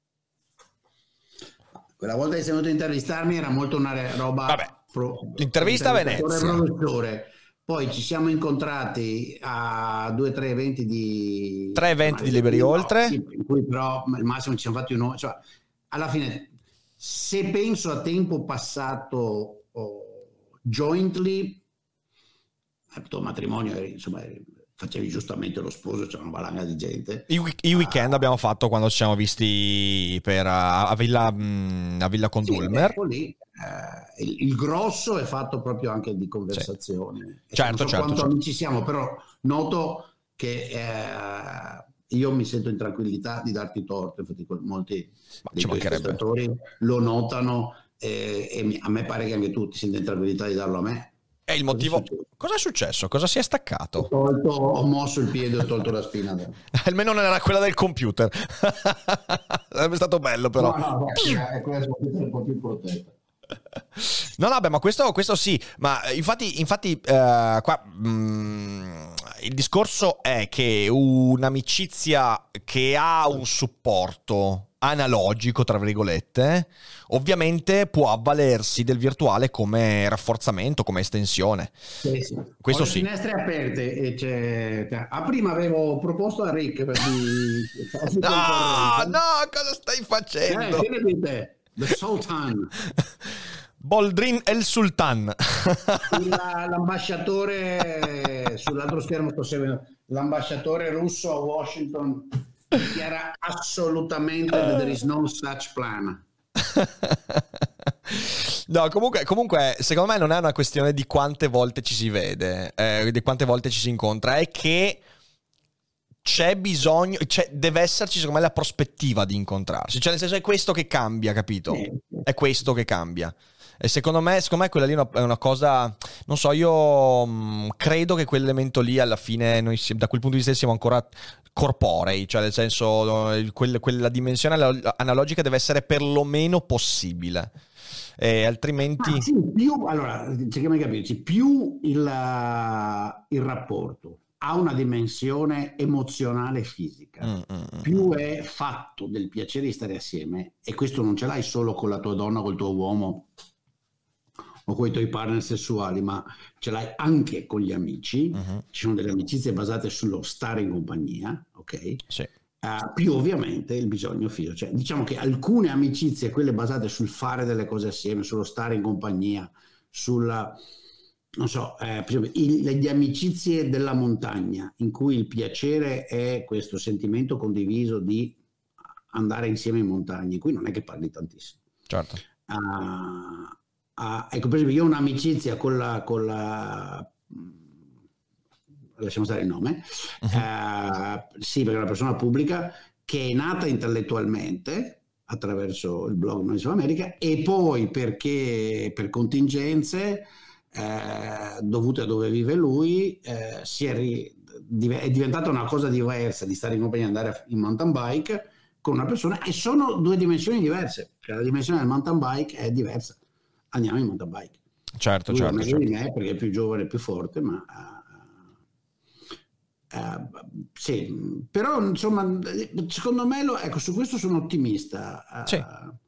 Quella volta che sei venuto a intervistarmi era molto una roba...
Vabbè,
pro,
l'intervista a Venezia.
Poi ci siamo incontrati a due o tre eventi di...
Tre eventi di Liberi Oltre.
In cui però al massimo ci siamo fatti uno... Cioè, alla fine, se penso a tempo passato oh, jointly, al tuo matrimonio, insomma, facevi giustamente lo sposo, c'era una valanga di gente.
I, i weekend ah, abbiamo fatto quando ci siamo visti per, a, Villa, a Villa Condulmer.
Sì, ecco lì. Uh, il, il grosso è fatto proprio anche di conversazioni.
Sì. Certo,
non so
certo,
quanto
certo.
amici siamo, però noto che eh, io mi sento in tranquillità di darti torto, infatti molti
Ma
dei tuoi spettatori lo notano, eh, e mi, a me pare che anche tu ti senti in tranquillità di darlo a me.
È il motivo. Cosa è successo? Cosa si è staccato?
Ho, tolto, ho mosso il piede, ho tolto la spina.
Almeno non era quella del computer. Sarebbe stato bello, però.
No, no, è quella del computer un po' più protetta.
No, no, beh, ma questo, questo sì, ma infatti, infatti uh, qua mh, il discorso è che un'amicizia che ha un supporto analogico, tra virgolette, ovviamente può avvalersi del virtuale come rafforzamento, come estensione.
Sì, sì.
Questo
Ho le
sì.
finestre aperte e c'è... Ah, prima avevo proposto a Rick per di...
No, no, cosa stai facendo?
Eh, che ne dite? The Sultan.
Boldrin El Sultan.
La, l'ambasciatore sull'altro schermo sto seguendo, l'ambasciatore russo a Washington dichiara assolutamente that there is no such plan.
No, comunque, comunque secondo me non è una questione di quante volte ci si vede, eh, di quante volte ci si incontra, è che c'è bisogno, c'è, deve esserci secondo me la prospettiva di incontrarsi, cioè nel senso è questo che cambia, capito? È questo che cambia. E secondo me, secondo me quella lì è una, è una cosa, non so, io mh, credo che quell'elemento lì alla fine noi da quel punto di vista siamo ancora corporei, cioè nel senso quel, quella dimensione analogica deve essere perlomeno possibile, e altrimenti...
Ah, sì, più, allora, cerchiamo di capirci, più il, il rapporto ha una dimensione emozionale fisica, mm, mm, più è fatto del piacere di stare assieme, e questo non ce l'hai solo con la tua donna, col tuo uomo o con i tuoi partner sessuali, ma ce l'hai anche con gli amici. Uh-huh. Ci sono delle amicizie basate sullo stare in compagnia, ok?
Sì.
Uh, più ovviamente il bisogno fisico, cioè diciamo che alcune amicizie, quelle basate sul fare delle cose assieme, sullo stare in compagnia, sulla, non so, eh, per esempio, il, le amicizie della montagna, in cui il piacere è questo sentimento condiviso di andare insieme in montagna, qui non è che parli tantissimo.
Certo.
Uh, Uh, ecco, per esempio, io ho un'amicizia con la, con la lasciamo stare il nome, uh-huh. uh, sì, perché è una persona pubblica che è nata intellettualmente attraverso il blog Noise of America, e poi perché per contingenze eh, dovute a dove vive lui eh, si è, ri, è diventata una cosa diversa di stare in compagnia e andare in mountain bike con una persona, e sono due dimensioni diverse, cioè la dimensione del mountain bike è diversa. Andiamo in mountain bike.
Certo,
lui
certo.
Meglio
certo.
di me perché è più giovane e più forte, ma uh, uh, sì, però insomma, secondo me lo, ecco, su questo sono ottimista. Uh,
sì.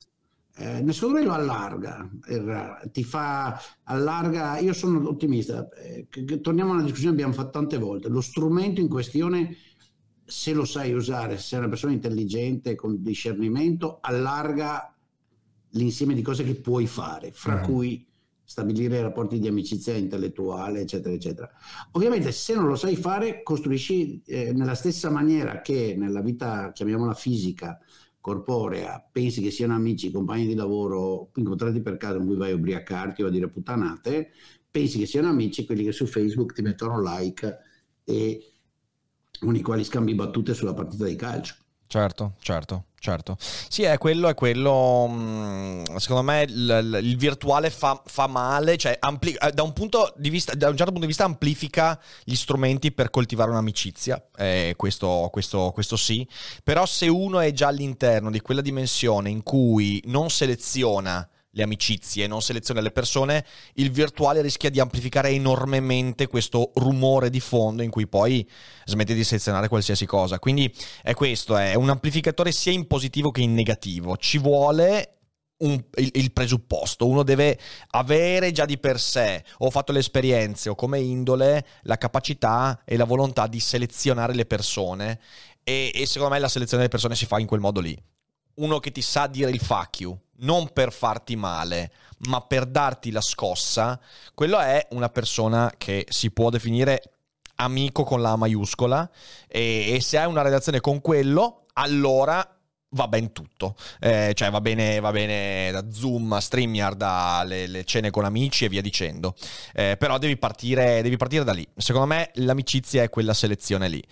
eh, secondo me lo allarga, ti fa allarga. Io sono ottimista. Eh, torniamo alla discussione che abbiamo fatto tante volte. Lo strumento in questione, se lo sai usare, se sei una persona intelligente con discernimento, allarga l'insieme di cose che puoi fare, fra mm. cui stabilire rapporti di amicizia intellettuale, eccetera, eccetera. Ovviamente, se non lo sai fare, costruisci eh, nella stessa maniera che nella vita, chiamiamola fisica, corporea, pensi che siano amici, compagni di lavoro, incontrati per caso in cui vai a ubriacarti o a dire puttanate, pensi che siano amici quelli che su Facebook ti mettono like e con i quali scambi battute sulla partita di calcio.
Certo, certo, certo. Sì, è quello, è quello. Secondo me il, il virtuale fa, fa male, cioè ampli, da un punto di vista, da un certo punto di vista amplifica gli strumenti per coltivare un'amicizia. Eh, questo, questo, questo sì. Però se uno è già all'interno di quella dimensione in cui non seleziona le amicizie, non seleziona le persone, il virtuale rischia di amplificare enormemente questo rumore di fondo in cui poi smette di selezionare qualsiasi cosa. Quindi è questo, è un amplificatore sia in positivo che in negativo. Ci vuole un, il, il presupposto, uno deve avere già di per sé, o fatto le esperienze o come indole, la capacità e la volontà di selezionare le persone, e, e secondo me la selezione delle persone si fa in quel modo lì. Uno che ti sa dire il fuck you, non per farti male, ma per darti la scossa, quello è una persona che si può definire amico con la A maiuscola, e, e se hai una relazione con quello, allora va ben tutto, eh, cioè va bene, va bene da Zoom a StreamYard, alle le cene con amici e via dicendo, eh, però devi partire, devi partire da lì. Secondo me l'amicizia è quella selezione lì,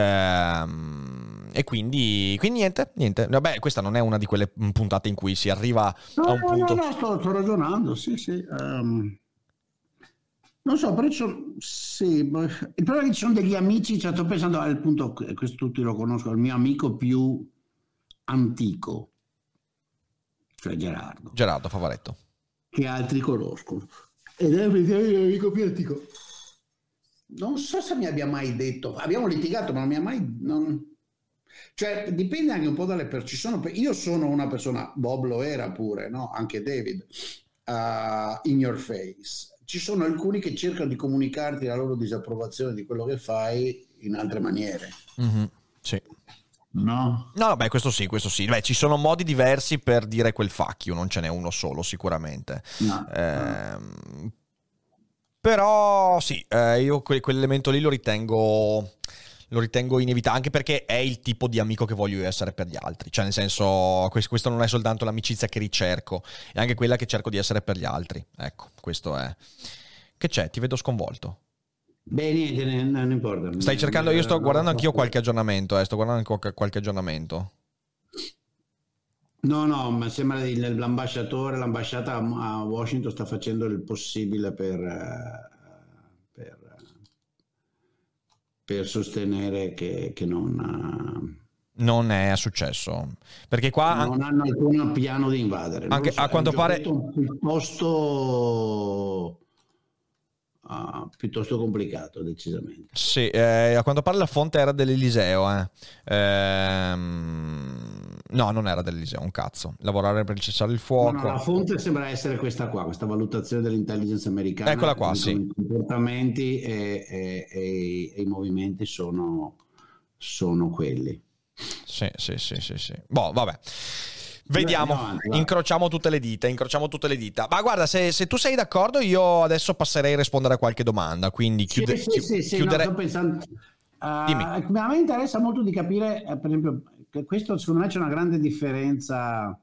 ehm, e quindi, quindi niente, niente. Vabbè, questa non è una di quelle puntate in cui si arriva
no,
a un punto.
No, no, sto, sto ragionando, sì, sì. Um, non so, però sono, sì, il problema è che ci sono degli amici, cioè, sto pensando al punto, questo tutti lo conoscono, il mio amico più antico, cioè Gerardo.
Gerardo Favaretto.
Che altri conoscono. Ed è il mio amico più antico. Non so se mi abbia mai detto, abbiamo litigato, ma non mi ha mai... Non, Cioè dipende anche un po' dalle persone. Io sono una persona, Bob lo era pure, no? Anche David, uh, in your face. Ci sono alcuni che cercano di comunicarti la loro disapprovazione di quello che fai in altre maniere.
Mm-hmm. Sì.
No?
No, beh, questo sì, questo sì. Beh, ci sono modi diversi per dire quel fuck you, non ce n'è uno solo sicuramente.
No,
eh,
no.
Però sì, eh, io que- quell'elemento lì lo ritengo lo ritengo inevitabile, anche perché è il tipo di amico che voglio essere per gli altri. Cioè, nel senso, questo non è soltanto l'amicizia che ricerco, è anche quella che cerco di essere per gli altri. Ecco, questo è. Che c'è? Ti vedo sconvolto.
Beh, niente, non importa.
Stai cercando, io sto guardando anch'io qualche aggiornamento, eh, sto guardando qualche, qualche aggiornamento.
No, no, ma sembra l'ambasciatore, l'ambasciata a Washington sta facendo il possibile per, per, per sostenere che, che non...
Non è successo, perché qua
non hanno alcun piano di invadere.
Anche,
so,
a quanto pare
piuttosto uh, piuttosto complicato, decisamente.
Sì, eh, a quanto pare la fonte era dell'Eliseo, eh. Ehm, no, non era dell'Eliseo, un cazzo. Lavorare per il cessare il fuoco.
No, no, la fonte sembra essere questa qua, questa valutazione dell'intelligence americana.
Eccola qua, sì.
I comportamenti e, e, e, e i movimenti sono, sono quelli.
Sì, sì, sì, sì, sì. Boh, vabbè. Vediamo,
Beh, avanti,
incrociamo tutte le dita, incrociamo tutte le dita. Ma guarda, se, se tu sei d'accordo, io adesso passerei a rispondere a qualche domanda. Quindi chiude,
sì, sì, sì, sì,
chiudere.
No, sto pensando, uh, a me interessa molto di capire, eh, per esempio, che questo secondo me c'è una grande differenza.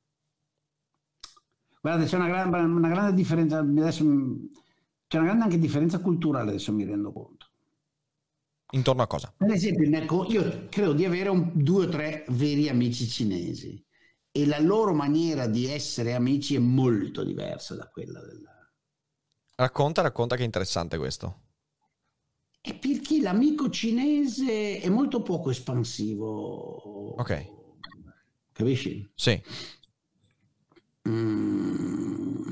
Guarda, c'è una, gran, una grande differenza. Adesso, c'è una grande anche differenza culturale, adesso mi rendo conto.
Intorno a cosa?
Per esempio, io credo di avere un, due o tre veri amici cinesi e la loro maniera di essere amici è molto diversa da quella della...
Racconta, racconta che è interessante questo.
È perché l'amico cinese è molto poco espansivo.
Ok.
Capisci?
Sì.
Mm.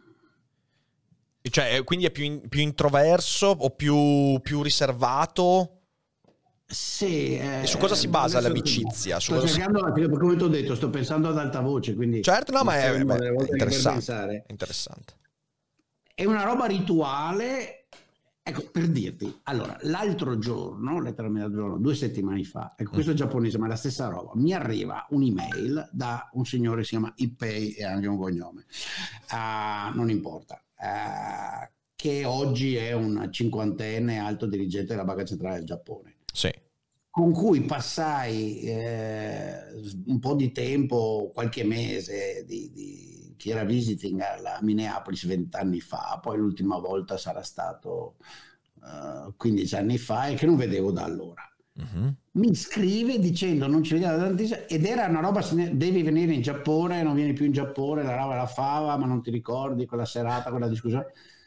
Cioè, quindi è più, in, più introverso o più, più riservato?
Sì. Eh,
e su cosa si basa l'amicizia?
Sto
su
cercando, si... come ti ho detto, sto pensando ad alta voce, quindi...
Certo, no, ma è, beh, è
interessante.
È interessante.
È una roba rituale. Ecco, per dirti, allora, l'altro giorno, letteralmente l'altro giorno, due settimane fa, ecco, questo è giapponese, ma è la stessa roba, mi arriva un'email da un signore che si chiama Ippei e anche un cognome, uh, non importa, uh, che oggi è un cinquantenne alto dirigente della Banca Centrale del Giappone.
Sì.
Con cui passai eh, un po' di tempo, qualche mese di... di che era visiting alla Minneapolis vent'anni fa, poi l'ultima volta sarà stato uh, quindici anni fa e che non vedevo da allora. Uh-huh. Mi scrive dicendo non ci vediamo da tantissimo ed era una roba, devi venire in Giappone, non vieni più in Giappone, la roba la fava, ma non ti ricordi quella serata, quella discussione.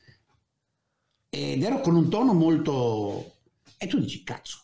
Ed ero con un tono molto... E tu dici, cazzo.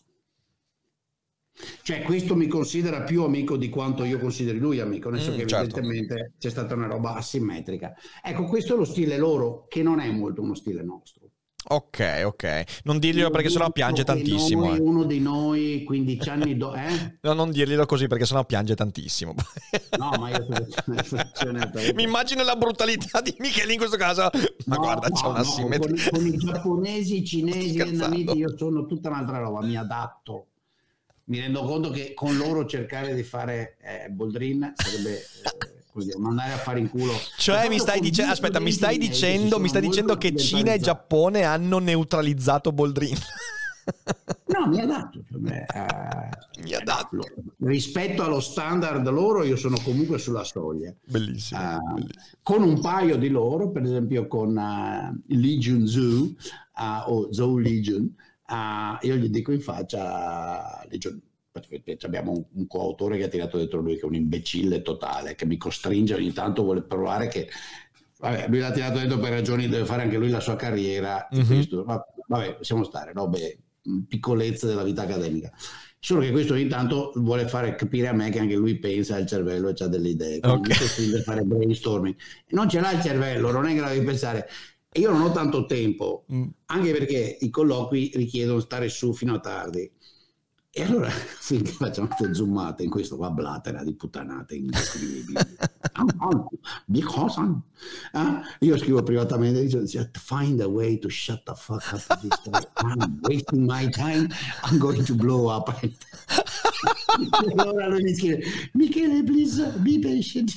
Cioè questo mi considera più amico di quanto io consideri lui amico, nel senso mm, che certo. Evidentemente c'è stata una roba asimmetrica. Ecco, questo è lo stile loro, che non è molto uno stile nostro.
Ok, ok. Non dirglielo perché sennò piange tantissimo.
Noi,
eh.
Uno di noi quindici anni dopo... Eh?
No, non dirglielo così perché sennò piange tantissimo.
No, ma io sono...
Mi immagino la brutalità di Michele in questo caso. Ma
no,
guarda,
no,
c'è una
no,
simmetria.
Con, con i giapponesi, i cinesi, i vietnamiti, io sono tutta un'altra roba, mi adatto. Mi rendo conto che con loro cercare di fare eh, Boldrin sarebbe eh, così, mandare a fare in culo.
Cioè mi stai dicendo, aspetta, mi stai dicendo, mi stai dicendo che Cina e Giappone hanno neutralizzato Boldrin?
No, mi adatto. Cioè, eh,
mi adatto.
Rispetto allo standard loro, io sono comunque sulla soglia.
Bellissimo. Uh, bellissimo.
Con un paio di loro, per esempio con uh, Lee Jun-soo uh, o Zhou Legion. Uh, io gli dico in faccia, abbiamo un, un coautore che ha tirato dentro lui, che è un imbecille totale, che mi costringe ogni tanto, vuole provare che vabbè, lui l'ha tirato dentro per ragioni, deve fare anche lui la sua carriera. Mm-hmm. Questo, vabbè, possiamo stare, robe, piccolezze della vita accademica. Solo che questo intanto vuole fare capire a me che anche lui pensa al cervello e ha delle idee, quindi okay. Mi costringe a fare brainstorming. Non ce l'ha il cervello, non è in grado di pensare. E io non ho tanto tempo, mm. anche perché i colloqui richiedono stare su fino a tardi. E allora, finché facciamo queste zoomate in questo qua blatera di puttanate indescrivibili. Because I'm, uh, io scrivo privatamente, dice, find a way to shut the fuck up this guy. I'm wasting my time, I'm going to blow up. E allora lui mi scrive, Michele, please be patient.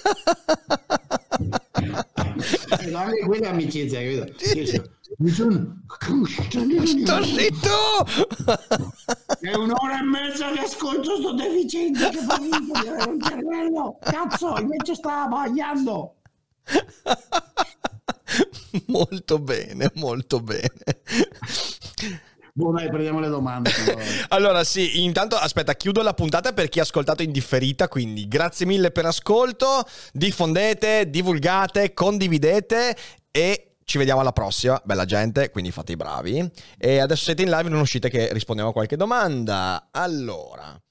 E anche quella amicizia, capito? Mi sono
sto zitto.
È un'ora e mezza che ascolto sto deficiente che fa finta di avere un cervello, cazzo, invece sta bagliando.
Molto bene, molto bene.
Boh, dai, prendiamo le domande.
Allora sì, intanto aspetta, chiudo la puntata per chi ha ascoltato in differita, quindi grazie mille per l'ascolto, diffondete, divulgate, condividete e ci vediamo alla prossima, bella gente, quindi fate i bravi. E adesso siete in live, non uscite che rispondiamo a qualche domanda. Allora,